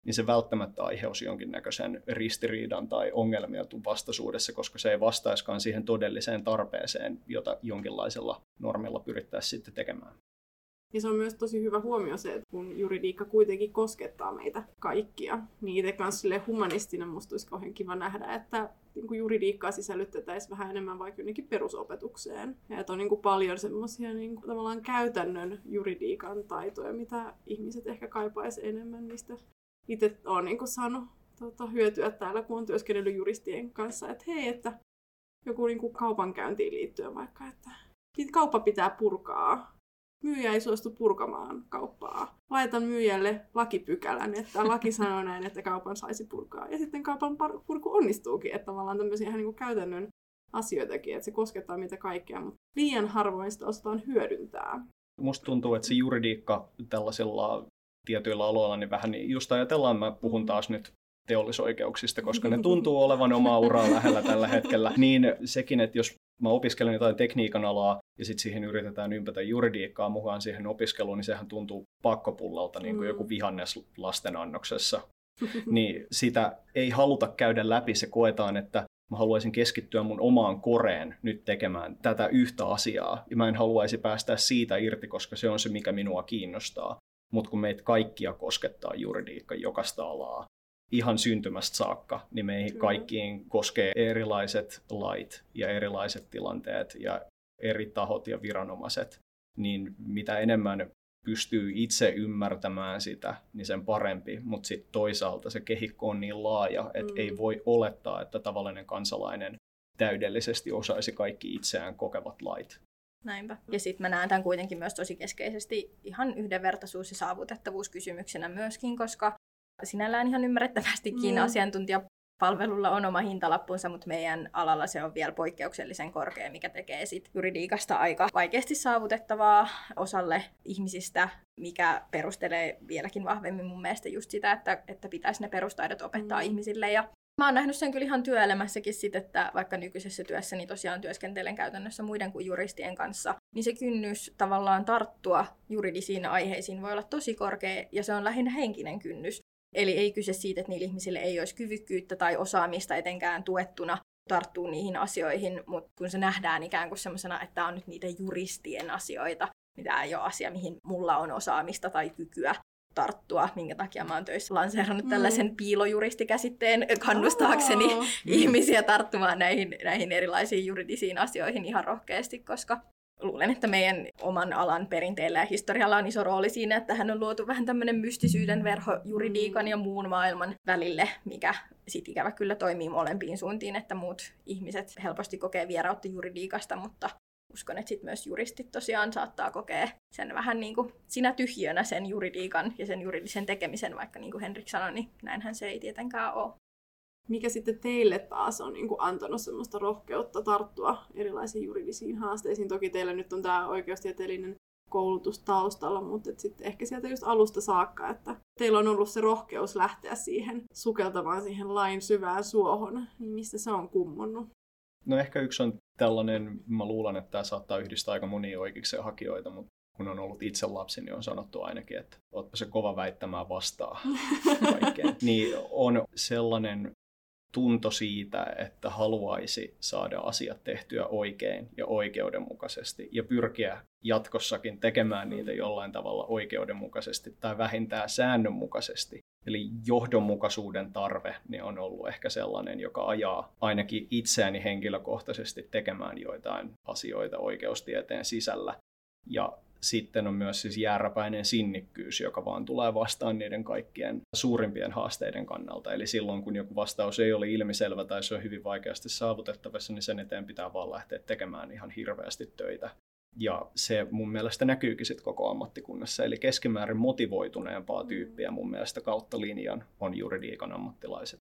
niin se välttämättä aiheusi jonkinnäköisen ristiriidan tai ongelmia vastaisuudessa, koska se ei vastaiskaan siihen todelliseen tarpeeseen, jota jonkinlaisella normilla pyrittäisiin sitten tekemään. Ja se on myös tosi hyvä huomio se, että kun juridiikka kuitenkin koskettaa meitä kaikkia, niin itse kanssa humanistina musta olisi kauhean kiva nähdä, että niin kuin juridiikkaa sisällytettäisiin vähän enemmän vaikka jonnekin perusopetukseen. Ja että on niin kuin paljon semmoisia niin kuin tavallaan käytännön juridiikan taitoja, mitä ihmiset ehkä kaipaisi enemmän, mistä itse olen niin kuin saanut tota, hyötyä täällä, kun olen työskennellyt juristien kanssa, että hei, että joku niin kuin kaupankäyntiin liittyen vaikka, että kauppa pitää purkaa. Myyjä ei suostu purkamaan kauppaa. Laitan myyjälle lakipykälän, että laki sanoo näin, että kaupan saisi purkaa. Ja sitten kaupan purku onnistuukin, että tavallaan tämmöisiä ihan niin kuin käytännön asioitakin, että se koskettaa mitä kaikkea, mutta liian harvoin sitä osataan hyödyntää. Musta tuntuu, että se juridiikka tällaisilla tietyillä aloilla, niin vähän niin just ajatellaan, mä puhun taas nyt teollisoikeuksista, koska ne tuntuu olevan omaa uraa lähellä tällä hetkellä, niin sekin, että jos mä opiskelen jotain tekniikan alaa ja sitten siihen yritetään ympätä juridiikkaa mukaan siihen opiskeluun, niin sehän tuntuu pakkopullalta, niin kuin mm. joku vihannes lastenannoksessa. Niin sitä ei haluta käydä läpi, se koetaan, että mä haluaisin keskittyä mun omaan koreen nyt tekemään tätä yhtä asiaa. Ja mä en haluaisi päästää siitä irti, koska se on se, mikä minua kiinnostaa. Mutta kun meitä kaikkia koskettaa juridiikka, jokaista alaa, ihan syntymästä saakka, niin meihin kaikkiin koskee erilaiset lait ja erilaiset tilanteet ja eri tahot ja viranomaiset. Niin mitä enemmän pystyy itse ymmärtämään sitä, niin sen parempi. Mutta sitten toisaalta se kehikko on niin laaja, että mm. ei voi olettaa, että tavallinen kansalainen täydellisesti osaisi kaikki itseään kokevat lait. Näinpä. Ja sitten mä näen tämän kuitenkin myös tosi keskeisesti ihan yhdenvertaisuus- ja saavutettavuuskysymyksenä myöskin, koska sinällään ihan ymmärrettävästikin mm. asiantuntijapalvelulla on oma hintalappunsa, mutta meidän alalla se on vielä poikkeuksellisen korkea, mikä tekee sit juridiikasta aika vaikeasti saavutettavaa osalle ihmisistä, mikä perustelee vieläkin vahvemmin mun mielestä just sitä, että, että pitäisi ne perustaidot opettaa mm. ihmisille. Ja mä oon nähnyt sen kyllä ihan työelämässäkin sit, että vaikka nykyisessä työssäni tosiaan työskentelen käytännössä muiden kuin juristien kanssa, niin se kynnys tavallaan tarttua juridisiin aiheisiin voi olla tosi korkea ja se on lähinnä henkinen kynnys. Eli ei kyse siitä, että niillä ihmisillä ei olisi kyvykkyyttä tai osaamista etenkään tuettuna tarttua niihin asioihin, mutta kun se nähdään ikään kuin semmoisena, että tämä on nyt niitä juristien asioita, niin tämä ei ole asia, mihin mulla on osaamista tai kykyä tarttua, minkä takia mä oon töissä lanseerannut mm. tällaisen piilojuristikäsitteen kannustaakseni oh. ihmisiä tarttumaan näihin, näihin erilaisiin juridisiin asioihin ihan rohkeasti, koska luulen, että meidän oman alan perinteellä ja historialla on iso rooli siinä, että hän on luotu vähän tämmöinen mystisyyden verho juridiikan ja muun maailman välille, mikä sitten ikävä kyllä toimii molempiin suuntiin, että muut ihmiset helposti kokee vierautta juridiikasta, mutta uskon, että sitten myös juristit tosiaan saattaa kokea sen vähän niin kuin sinä tyhjönä sen juridiikan ja sen juridisen tekemisen, vaikka niin kuin Henrik sanoi, niin näinhän se ei tietenkään ole. Mikä sitten teille taas on niin kuin antanut semmoista rohkeutta tarttua erilaisiin juridisiin haasteisiin? Toki teillä nyt on tämä oikeustieteellinen koulutus taustalla, mutta sitten ehkä sieltä just alusta saakka, että teillä on ollut se rohkeus lähteä siihen sukeltamaan siihen lain syvään suohon, niin mistä se on kummonnut? No ehkä yksi on tällainen, mä luulen, että tämä saattaa yhdistää aika monia oikeuksien hakijoita, mutta kun on ollut itse lapsi, niin on sanottu ainakin, että ootpa se kova väittämään vastaan kaikkeen. Niin on sellainen tunto siitä, että haluaisi saada asiat tehtyä oikein ja oikeudenmukaisesti ja pyrkiä jatkossakin tekemään niitä jollain tavalla oikeudenmukaisesti tai vähintään säännönmukaisesti. Eli johdonmukaisuuden tarve niin on ollut ehkä sellainen, joka ajaa ainakin itseäni henkilökohtaisesti tekemään joitain asioita oikeustieteen sisällä. Ja sitten on myös siis jääräpäinen sinnikkyys, joka vaan tulee vastaan niiden kaikkien suurimpien haasteiden kannalta. Eli silloin, kun joku vastaus ei ole ilmiselvä tai se on hyvin vaikeasti saavutettavissa, niin sen eteen pitää vaan lähteä tekemään ihan hirveästi töitä. Ja se mun mielestä näkyykin sit koko ammattikunnassa. Eli keskimäärin motivoituneempaa tyyppiä mun mielestä kautta linjan on juridiikan ammattilaiset.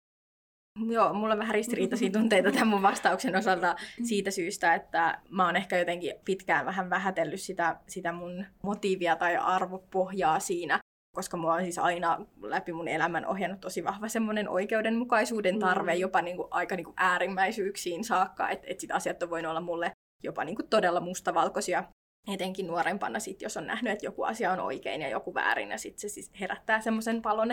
Joo, mulla on vähän ristiriitaisia tunteita tämän mun vastauksen osalta siitä syystä, että mä oon ehkä jotenkin pitkään vähän vähätellyt sitä, sitä mun motiivia tai arvopohjaa siinä, koska mua on siis aina läpi mun elämän ohjannut tosi vahva semmoinen oikeudenmukaisuuden tarve, jopa niin kuin aika niin kuin äärimmäisyyksiin saakka, että et sit asiat on voinut olla mulle jopa niin kuin todella mustavalkoisia. Etenkin nuorempana sit, jos on nähnyt, että joku asia on oikein ja joku väärin, ja sitten se siis herättää semmoisen palon, että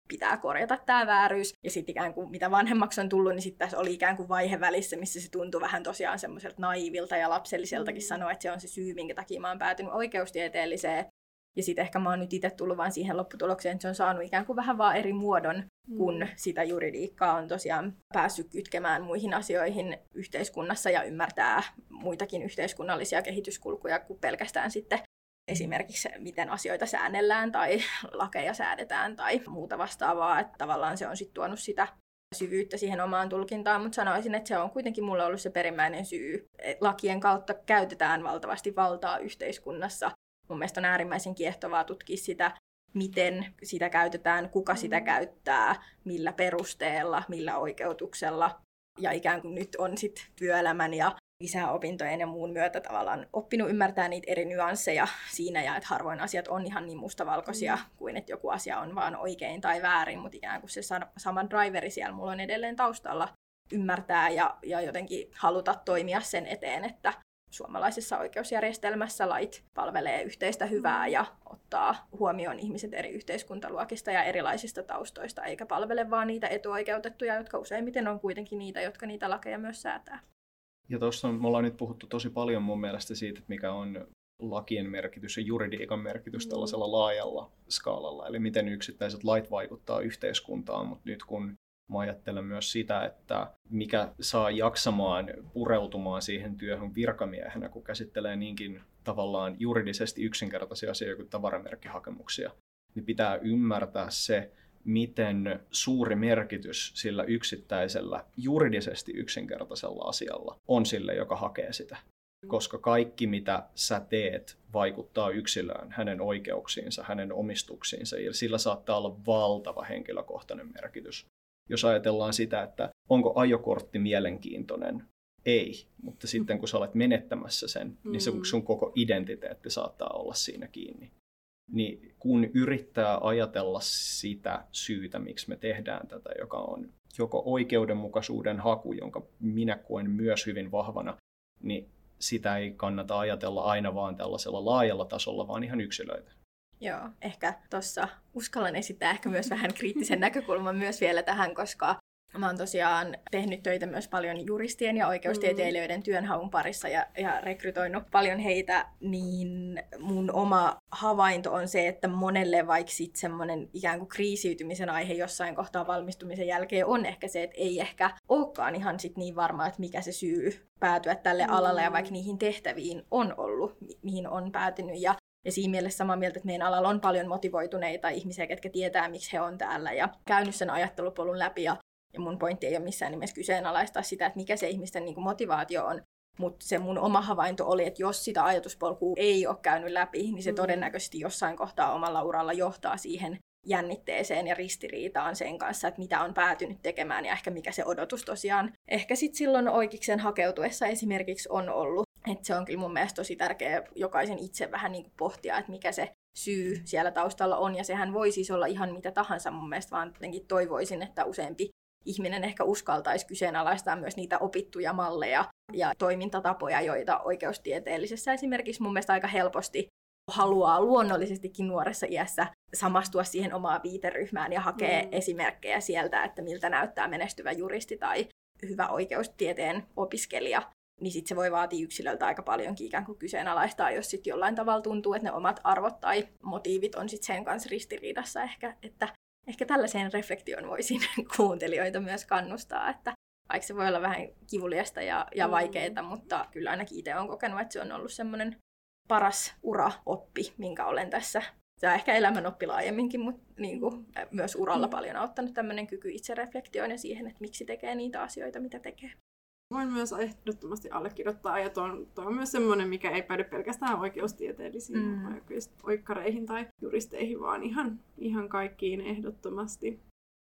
pitää korjata tämä vääryys. Ja sitten ikään kuin mitä vanhemmaksi on tullut, niin sitten tässä oli ikään kuin vaihe välissä, missä se tuntui vähän tosiaan semmoiselta naivilta ja lapselliseltakin mm. sanoa, että se on se syy, minkä takia mä oon päätynyt oikeustieteelliseen. Ja sitten ehkä mä oon nyt itse tullut vaan siihen lopputulokseen, että se on saanut ikään kuin vähän vaan eri muodon, kun mm. sitä juridiikkaa on tosiaan päässyt kytkemään muihin asioihin yhteiskunnassa ja ymmärtää muitakin yhteiskunnallisia kehityskulkuja kuin pelkästään sitten esimerkiksi miten asioita säännellään tai lakeja säädetään tai muuta vastaavaa. Että tavallaan se on sitten tuonut sitä syvyyttä siihen omaan tulkintaan, mutta sanoisin, että se on kuitenkin mulle ollut se perimmäinen syy. Lakien kautta käytetään valtavasti valtaa yhteiskunnassa. Mun mielestä on äärimmäisen kiehtovaa tutkia sitä, miten sitä käytetään, kuka sitä käyttää, millä perusteella, millä oikeutuksella. Ja ikään kuin nyt on sitten työelämän ja lisäopintojen ja muun myötä tavallaan oppinut ymmärtää niitä eri nyansseja siinä, ja että harvoin asiat on ihan niin mustavalkoisia mm. kuin että joku asia on vaan oikein tai väärin, mutta ikään kuin se sama driveri siellä mulla on edelleen taustalla ymmärtää ja, ja jotenkin haluta toimia sen eteen, että suomalaisessa oikeusjärjestelmässä lait palvelee yhteistä hyvää ja ottaa huomioon ihmiset eri yhteiskuntaluokista ja erilaisista taustoista, eikä palvele vaan niitä etuoikeutettuja, jotka useimmiten on kuitenkin niitä, jotka niitä lakeja myös säätää. Ja tuossa me ollaan nyt puhuttu tosi paljon mun mielestä siitä, että mikä on lakien merkitys ja juridiikan merkitys mm. tällaisella laajalla skaalalla, eli miten yksittäiset lait vaikuttaa yhteiskuntaan, mutta nyt kun mä ajattelen myös sitä, että mikä saa jaksamaan pureutumaan siihen työhön virkamiehenä, kun käsittelee niinkin tavallaan juridisesti yksinkertaisia asioita kuin tavaramerkkihakemuksia, niin pitää ymmärtää se, miten suuri merkitys sillä yksittäisellä juridisesti yksinkertaisella asialla on sille, joka hakee sitä. Koska kaikki, mitä sä teet, vaikuttaa yksilöön, hänen oikeuksiinsa, hänen omistuksiinsa, ja sillä saattaa olla valtava henkilökohtainen merkitys. Jos ajatellaan sitä, että onko ajokortti mielenkiintoinen, ei, mutta sitten kun sä olet menettämässä sen, niin se, sun koko identiteetti saattaa olla siinä kiinni. Niin kun yrittää ajatella sitä syytä, miksi me tehdään tätä, joka on joko oikeudenmukaisuuden haku, jonka minä koen myös hyvin vahvana, niin sitä ei kannata ajatella aina vaan tällaisella laajalla tasolla, vaan ihan yksilöitä. Joo, ehkä tuossa uskallan esittää ehkä myös vähän kriittisen näkökulman myös vielä tähän, koska mä oon tosiaan tehnyt töitä myös paljon juristien ja oikeustieteilijöiden työnhaun parissa ja, ja rekrytoinut paljon heitä, niin mun oma havainto on se, että monelle vaikka sitten semmoinen ikään kuin kriisiytymisen aihe jossain kohtaa valmistumisen jälkeen on ehkä se, että ei ehkä olekaan ihan sit niin varma, että mikä se syy päätyä tälle alalle ja vaikka niihin tehtäviin on ollut, mi- mihin on päätynyt. Ja Ja siinä mielessä samaa mieltä, että meidän alalla on paljon motivoituneita ihmisiä, ketkä tietää, miksi he on täällä ja käynyt sen ajattelupolun läpi. Ja, ja mun pointti ei ole missään nimessä kyseenalaistaa sitä, että mikä se ihmisten niin kuin motivaatio on. Mutta se mun oma havainto oli, että jos sitä ajatuspolkua ei ole käynyt läpi, niin se mm. todennäköisesti jossain kohtaa omalla uralla johtaa siihen jännitteeseen ja ristiriitaan sen kanssa, että mitä on päätynyt tekemään ja ehkä mikä se odotus tosiaan ehkä sitten silloin oikeikseen hakeutuessa esimerkiksi on ollut. Että se on kyllä mun mielestä tosi tärkeää jokaisen itse vähän niin kuin pohtia, että mikä se syy siellä taustalla on. Ja sehän voi siis olla ihan mitä tahansa mun mielestä, vaan jotenkin toivoisin, että useampi ihminen ehkä uskaltaisi kyseenalaistaa myös niitä opittuja malleja ja toimintatapoja, joita oikeustieteellisessä esimerkiksi mun mielestä aika helposti haluaa luonnollisestikin nuoressa iässä samastua siihen omaan viiteryhmään ja hakea mm. esimerkkejä sieltä, että miltä näyttää menestyvä juristi tai hyvä oikeustieteen opiskelija. Niin sitten se voi vaatia yksilöltä aika paljonkin ikään kuin kyseenalaistaa, jos sitten jollain tavalla tuntuu, että ne omat arvot tai motiivit on sitten sen kanssa ristiriidassa ehkä, että ehkä tällaiseen reflektioon voisin kuuntelijoita myös kannustaa, että vaikka se voi olla vähän kivuliasta ja, ja vaikeaa, mutta kyllä ainakin itse olen kokenut, että se on ollut semmoinen paras uraoppi, minkä olen tässä. Se on ehkä elämänoppi laajemminkin, mutta niin kuin myös uralla paljon auttanut tämmöinen kyky itsereflektioon ja siihen, että miksi tekee niitä asioita, mitä tekee. Voin myös ehdottomasti allekirjoittaa, ja tuo on, tuo on myös semmoinen, mikä ei päädy pelkästään oikeustieteellisiin mm. oikkareihin tai juristeihin, vaan ihan, ihan kaikkiin ehdottomasti.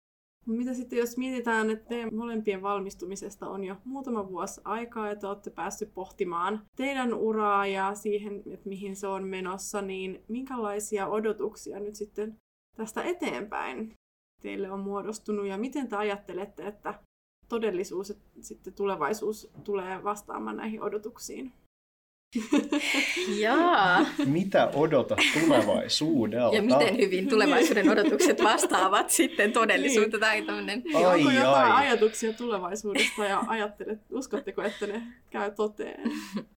Mitä sitten, jos mietitään, että teidän molempien valmistumisesta on jo muutama vuosi aikaa, että olette päässyt pohtimaan teidän uraa ja siihen, että mihin se on menossa, niin minkälaisia odotuksia nyt sitten tästä eteenpäin teille on muodostunut, ja miten te ajattelette, että todellisuus ja sitten tulevaisuus tulee vastaamaan näihin odotuksiin? Jaa. Mitä odotat tulevaisuudelta? Ja miten hyvin tulevaisuuden odotukset vastaavat sitten todellisuutta tai tämmöinen. Ai, Onko jotain ai. ajatuksia tulevaisuudesta ja ajattelet, uskotteko, että ne käy toteen?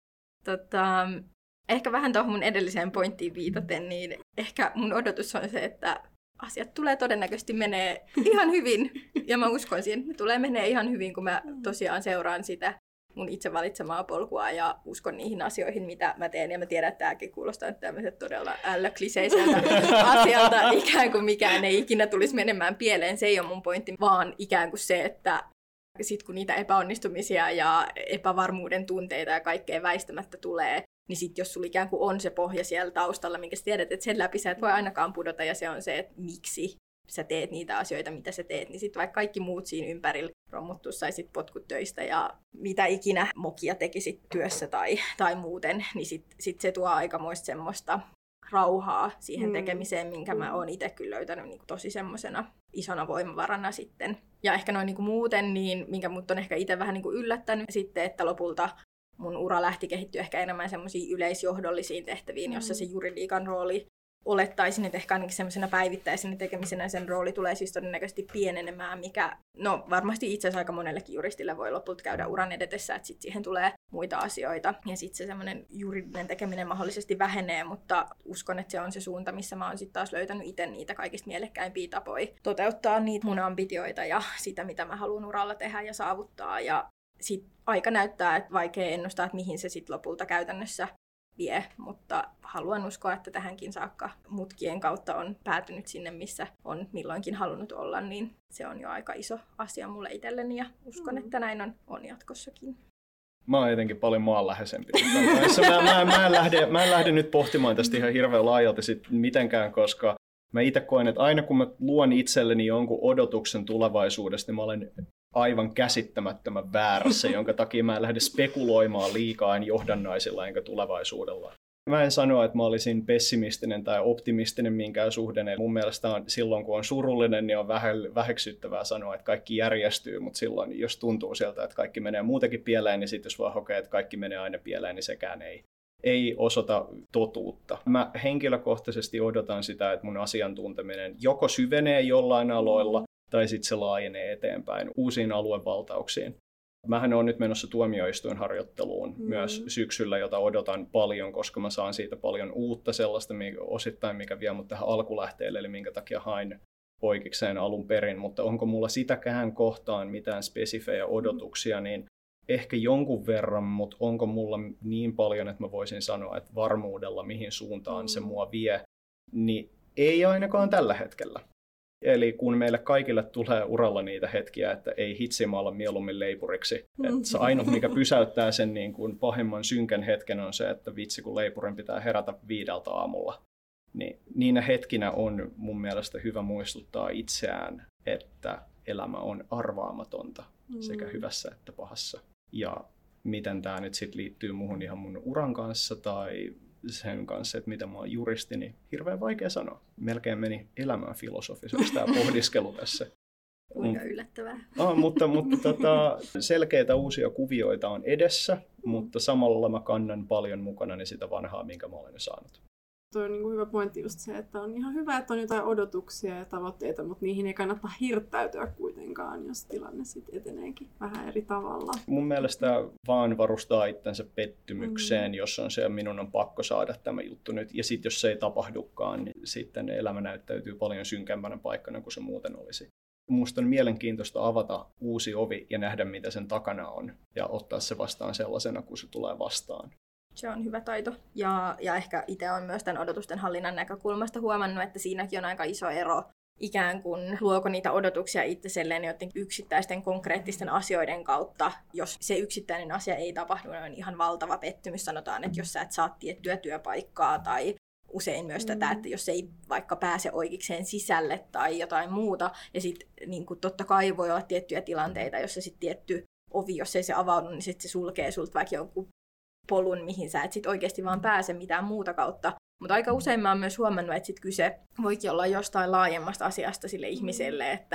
Tota, ehkä vähän tuohon mun edelliseen pointtiin viitaten, niin ehkä mun odotus on se, että asiat tulee todennäköisesti menee ihan hyvin. Ja mä uskon siihen, että ne tulee menee ihan hyvin, kun mä tosiaan seuraan sitä mun itse valitsemaa polkua ja uskon niihin asioihin, mitä mä teen. Ja mä tiedän, että tämäkin kuulostaa tämmöiset todella ällökliseiseltä asialta, ikään kuin mikään ei ikinä tulisi menemään pieleen. Se ei ole mun pointti, vaan ikään kuin se, että sit kun niitä epäonnistumisia ja epävarmuuden tunteita ja kaikkea väistämättä tulee, niin sit jos sulla ikään kuin on se pohja siellä taustalla, minkä sä tiedät, että sen läpi sä et voi ainakaan pudota, ja se on se, että miksi sä teet niitä asioita, mitä sä teet, niin sit vaikka kaikki muut siinä ympärillä rommuttu, saisit potkut töistä ja mitä ikinä mokia tekisit työssä tai, tai muuten, niin sit, sit se tuo aikamoista semmoista rauhaa siihen tekemiseen, minkä mä oon itse kyllä löytänyt niin kuin tosi semmosena isona voimavarana sitten. Ja ehkä noin niin kuin muuten, niin minkä mut on ehkä itse vähän niin kuin yllättänyt sitten, että lopulta mun ura lähti kehittyä ehkä enemmän semmoisiin yleisjohdollisiin tehtäviin, jossa se juridiikan rooli olettaisin, että ehkä ainakin semmoisena päivittäisenä tekemisenä sen rooli tulee siis todennäköisesti pienenemään, mikä no varmasti itse asiassa aika monellekin juristille voi lopulta käydä uran edetessä, että sitten siihen tulee muita asioita ja sitten se semmoinen juridinen tekeminen mahdollisesti vähenee, mutta uskon, että se on se suunta, missä mä oon sitten taas löytänyt itse niitä kaikista mielekkäimpiä tapoja toteuttaa niitä mun ambitioita ja sitä, mitä mä haluan uralla tehdä ja saavuttaa ja sitten aika näyttää, että vaikea ennustaa, että mihin se sitten lopulta käytännössä vie, mutta haluan uskoa, että tähänkin saakka mutkien kautta on päätynyt sinne, missä on milloinkin halunnut olla, niin se on jo aika iso asia mulle itselleni ja uskon, mm. että näin on, on jatkossakin. Mä oon jotenkin paljon maanläheisempi. Mä, mä, mä, en lähde, mä en lähde nyt pohtimaan tästä ihan hirveän laajalti sit mitenkään, koska mä itse koen, että aina kun mä luon itselleni jonkun odotuksen tulevaisuudesta, niin mä olen aivan käsittämättömän väärässä, jonka takia mä en lähde spekuloimaan liikaa en johdannaisilla enkä tulevaisuudella. Mä en sano, että mä olisin pessimistinen tai optimistinen minkään suhteen. Mun mielestä on, silloin, kun on surullinen, niin on väheksyttävää sanoa, että kaikki järjestyy, mutta silloin, jos tuntuu sieltä, että kaikki menee muutenkin pieleen, niin sitten jos vaan hokee, että kaikki menee aina pieleen, niin sekään ei, ei osoita totuutta. Mä henkilökohtaisesti odotan sitä, että mun asiantunteminen joko syvenee jollain aloilla, tai sitten se laajenee eteenpäin uusiin aluevaltauksiin. Mähän olen nyt menossa tuomioistuinharjoitteluun mm. myös syksyllä, jota odotan paljon, koska mä saan siitä paljon uutta sellaista osittain, mikä vie mut tähän alkulähteelle, eli minkä takia hain poikikseen alun perin. Mutta onko mulla sitäkään kohtaan mitään spesifejä odotuksia, niin ehkä jonkun verran, mutta onko mulla niin paljon, että mä voisin sanoa, että varmuudella mihin suuntaan mm. se mua vie, niin ei ainakaan tällä hetkellä. Eli kun meille kaikille tulee uralla niitä hetkiä, että ei hitsi mä olla mieluummin leipuriksi. Että se ainut, mikä pysäyttää sen niin kuin pahimman synkän hetken on se, että vitsi kun leipurin pitää herätä viideltä aamulla. Niin, niinä hetkinä on mun mielestä hyvä muistuttaa itseään, että elämä on arvaamatonta sekä hyvässä että pahassa. Ja miten tämä nyt sitten liittyy muuhun ihan mun uran kanssa tai sen kanssa, että mitä mä oon juristi, niin hirveän vaikea sanoa. Melkein meni elämään filosofiseksi tämä pohdiskelu tässä. Kuinka yllättävää. Ah, mutta mutta tota, selkeitä uusia kuvioita on edessä, mutta samalla mä kannan paljon mukanani sitä vanhaa, minkä mä olen jo saanut. Tuo on niin kuin hyvä pointti just se, että on ihan hyvä, että on jotain odotuksia ja tavoitteita, mutta niihin ei kannata hirttäytyä kuitenkaan, jos tilanne sitten eteneekin vähän eri tavalla. Mun mielestä vaan varustaa itsensä pettymykseen, mm. jos on se, minun on pakko saada tämä juttu nyt. Ja sitten jos se ei tapahdukaan, niin sitten elämä näyttäytyy paljon synkempänä paikkana kuin se muuten olisi. Musta on mielenkiintoista avata uusi ovi ja nähdä, mitä sen takana on ja ottaa se vastaan sellaisena, kun se tulee vastaan. Se on hyvä taito. Ja, ja ehkä itse olen myös tämän odotusten hallinnan näkökulmasta huomannut, että siinäkin on aika iso ero ikään kuin luoko niitä odotuksia itselleen jotenkin yksittäisten konkreettisten asioiden kautta. Jos se yksittäinen asia ei tapahdu, niin on ihan valtava pettymys. Sanotaan, että jos sä et saa tiettyä työpaikkaa tai usein myös mm. tätä, että jos ei vaikka pääse oikeikseen sisälle tai jotain muuta. Ja sitten niin totta kai voi olla tiettyjä tilanteita, jossa sitten tietty ovi, jos ei se avaudu, niin sitten se sulkee sulta vaikka jonkun polun, mihin sä et sit oikeasti vaan pääse mitään muuta kautta. Mutta aika usein mä oon myös huomannut, että sit kyse voikin olla jostain laajemmasta asiasta sille ihmiselle, että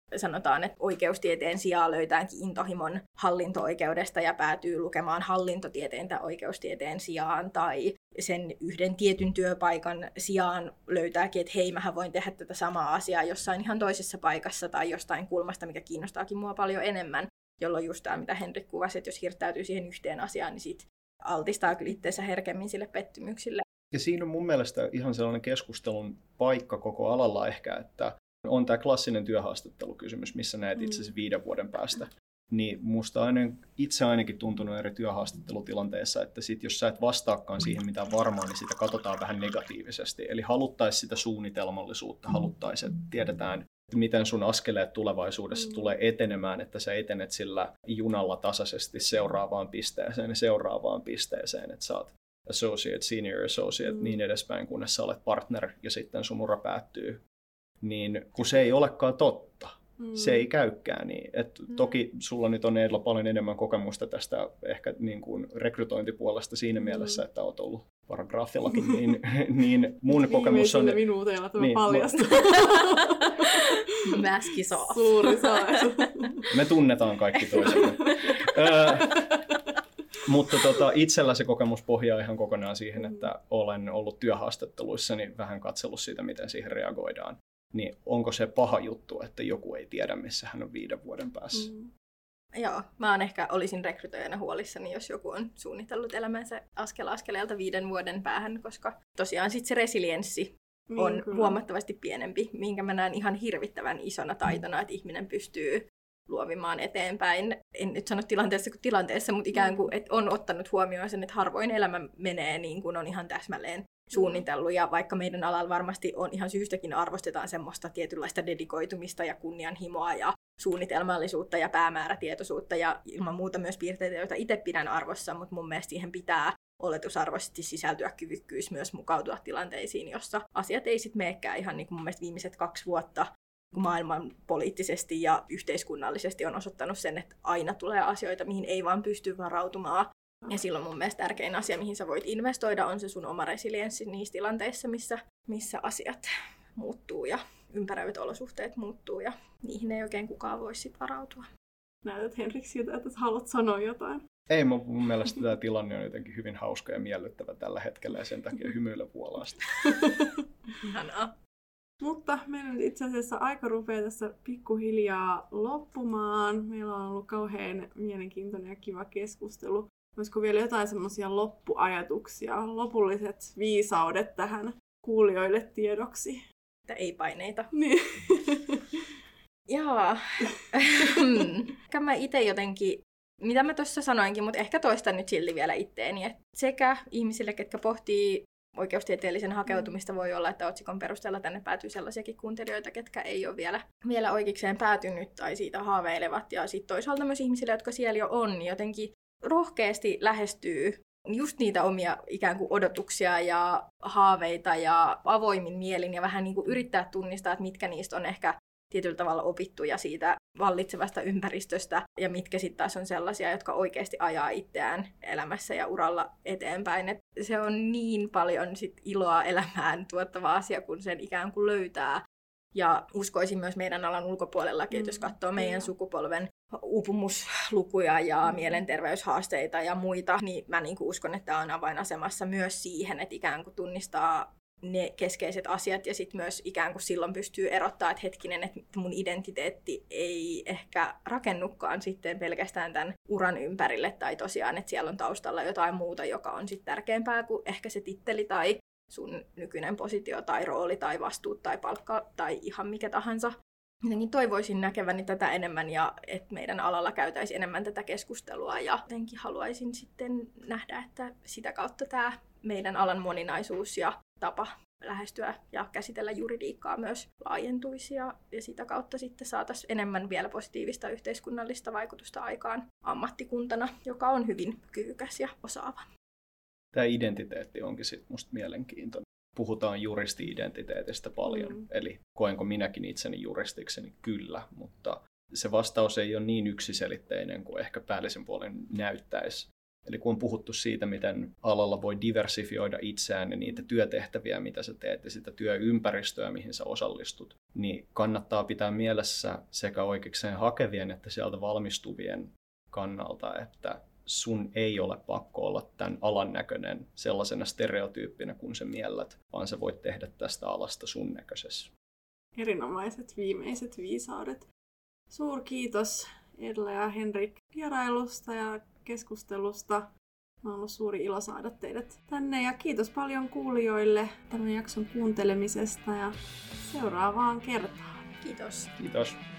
sanotaan, että oikeustieteen sijaan löytääkin intohimon hallinto-oikeudesta ja päätyy lukemaan hallintotieteen tai oikeustieteen sijaan, tai sen yhden tietyn työpaikan sijaan löytääkin, että hei, mähän voin tehdä tätä samaa asiaa jossain ihan toisessa paikassa tai jostain kulmasta, mikä kiinnostaakin mua paljon enemmän, jolloin just tämä, mitä Henrik kuvasi, että jos hirttäytyy siihen yhteen asiaan, niin sit altistaa kyllä itseensä herkemmin sille pettymyksille. Ja siinä on mun mielestä ihan sellainen keskustelun paikka koko alalla ehkä, että on tämä klassinen työhaastattelukysymys, missä näet itsesi viiden vuoden päästä. Niin musta aina, itse ainakin tuntunut eri työhaastattelutilanteessa, että sit jos sä et vastaakaan siihen mitään varmaa, niin sitä katsotaan vähän negatiivisesti. Eli haluttaisiin sitä suunnitelmallisuutta, haluttaisiin, että tiedetään, miten sun askeleet tulevaisuudessa tulee etenemään, että sä etenet sillä junalla tasaisesti seuraavaan pisteeseen ja seuraavaan pisteeseen, että sä oot associate, senior associate, mm. niin edespäin, kunnes sä olet partner ja sitten sun ura päättyy. Niin kun se ei olekaan totta, mm. se ei käykään niin. Et mm. Toki sulla nyt on Eetla paljon enemmän kokemusta tästä ehkä niin kuin rekrytointipuolesta siinä mm. mielessä, että oot ollut paragraafillakin, niin, niin mun kokemus on... Viimeisillä minuuteilla tämä niin, paljastuu. Mäski saa. Suuri saa. Me tunnetaan kaikki toisemme. Mutta tota, itsellä se kokemus pohjaa ihan kokonaan siihen, että olen ollut työhaastatteluissa, niin vähän katsellut siitä, miten siihen reagoidaan. Niin onko se paha juttu, että joku ei tiedä, missä hän on viiden vuoden päässä? Mm. Joo, mä on ehkä olisin rekrytoijana huolissani, jos joku on suunnitellut elämänsä askel askeleelta viiden vuoden päähän, koska tosiaan sit se resilienssi niin, on kyllä. huomattavasti pienempi, minkä mä näen ihan hirvittävän isona taitona, että ihminen pystyy luovimaan eteenpäin. En nyt sano tilanteessa kuin tilanteessa, mutta ikään kuin että on ottanut huomioon sen, että harvoin elämä menee niin kuin on ihan täsmälleen suunnitellut. Ja vaikka meidän alalla varmasti on ihan syystäkin arvostetaan semmoista tietynlaista dedikoitumista ja kunnianhimoa ja suunnitelmallisuutta ja päämäärätietoisuutta ja ilman muuta myös piirteitä, joita itse pidän arvossa, mutta mun mielestä siihen pitää oletusarvoisesti sisältyä kyvykkyys myös mukautua tilanteisiin, jossa asiat ei sitten meekään ihan niin kuin mun mielestä viimeiset kaksi vuotta maailman poliittisesti ja yhteiskunnallisesti on osoittanut sen, että aina tulee asioita, mihin ei vaan pysty varautumaan. Ja silloin mun mielestä tärkein asia, mihin sä voit investoida, on se sun oma resilienssi niissä tilanteissa, missä, missä asiat muuttuu ja ympäröivät olosuhteet muuttuu ja niihin ei oikein kukaan voi sit varautua. Näytät Henrik siltä, että haluat sanoa jotain. Ei, mun mielestä tämä tilanne on jotenkin hyvin hauska ja miellyttävä tällä hetkellä ja sen takia hymyilen vuolaasti. Ihanaa. Mutta meillä nyt itse asiassa aika rupeaa tässä pikkuhiljaa loppumaan. Meillä on ollut kauhean mielenkiintoinen ja kiva keskustelu. Olisiko vielä jotain semmoisia loppuajatuksia, lopulliset viisaudet tähän kuulijoille tiedoksi? Että ei paineita. Niin. Jaa. Ehkä mä itse jotenkin, mitä mä tuossa sanoinkin, mutta ehkä toistan nyt silti vielä itteeni, että sekä ihmisille, ketkä pohtii oikeustieteellisen hakeutumista, voi olla, että otsikon perusteella tänne päätyy sellaisiakin kuuntelijoita, ketkä ei ole vielä, vielä oikeikseen päätynyt tai siitä haaveilevat. Ja sitten toisaalta myös ihmisille, jotka siellä jo on, niin jotenkin rohkeasti lähestyy just niitä omia ikään kuin odotuksia ja haaveita ja avoimin mielin ja vähän niin kuin yrittää tunnistaa, että mitkä niistä on ehkä tietyllä tavalla opittuja siitä vallitsevasta ympäristöstä ja mitkä sitten taas on sellaisia, jotka oikeasti ajaa itseään elämässä ja uralla eteenpäin. Et se on niin paljon sit iloa elämään tuottava asia, kun sen ikään kuin löytää. Ja uskoisin myös meidän alan ulkopuolellakin, mm. että jos katsoo meidän sukupolven uupumuslukuja ja mm. mielenterveyshaasteita ja muita, niin mä niin kuin uskon, että tämä on avainasemassa myös siihen, että ikään kuin tunnistaa ne keskeiset asiat ja sitten myös ikään kuin silloin pystyy erottaa, että hetkinen, että mun identiteetti ei ehkä rakennukaan sitten pelkästään tämän uran ympärille tai tosiaan, että siellä on taustalla jotain muuta, joka on sitten tärkeämpää kuin ehkä se titteli tai sun nykyinen positio tai rooli tai vastuut tai palkka tai ihan mikä tahansa. Jotenkin toivoisin näkeväni tätä enemmän ja että meidän alalla käytäisiin enemmän tätä keskustelua ja jotenkin haluaisin sitten nähdä, että sitä kautta tämä meidän alan moninaisuus ja tapa lähestyä ja käsitellä juridiikkaa myös laajentuisi ja, ja sitä kautta sitten saataisiin enemmän vielä positiivista yhteiskunnallista vaikutusta aikaan ammattikuntana, joka on hyvin kyvykäs ja osaava. Tämä identiteetti onkin sitten musta mielenkiintoinen. Puhutaan juristi-identiteetistä paljon, mm. eli koenko minäkin itseni juristikseni? Kyllä, mutta se vastaus ei ole niin yksiselitteinen kuin ehkä päällisin puolin näyttäisi. Eli kun on puhuttu siitä, miten alalla voi diversifioida itseään ja niitä työtehtäviä, mitä sä teet ja sitä työympäristöä, mihin sä osallistut, niin kannattaa pitää mielessä sekä oikeikseen hakevien että sieltä valmistuvien kannalta, että sun ei ole pakko olla tämän alan näköinen sellaisena stereotyyppinä, kun sä miellät, vaan sä voit tehdä tästä alasta sun näköisessä. Erinomaiset viimeiset viisaudet. Suurkiitos Edla ja Henrik vierailusta ja keskustelusta. On ollut suuri ilo saada teidät tänne ja kiitos paljon kuulijoille tämän jakson kuuntelemisesta ja seuraavaan kertaan. Kiitos. Kiitos.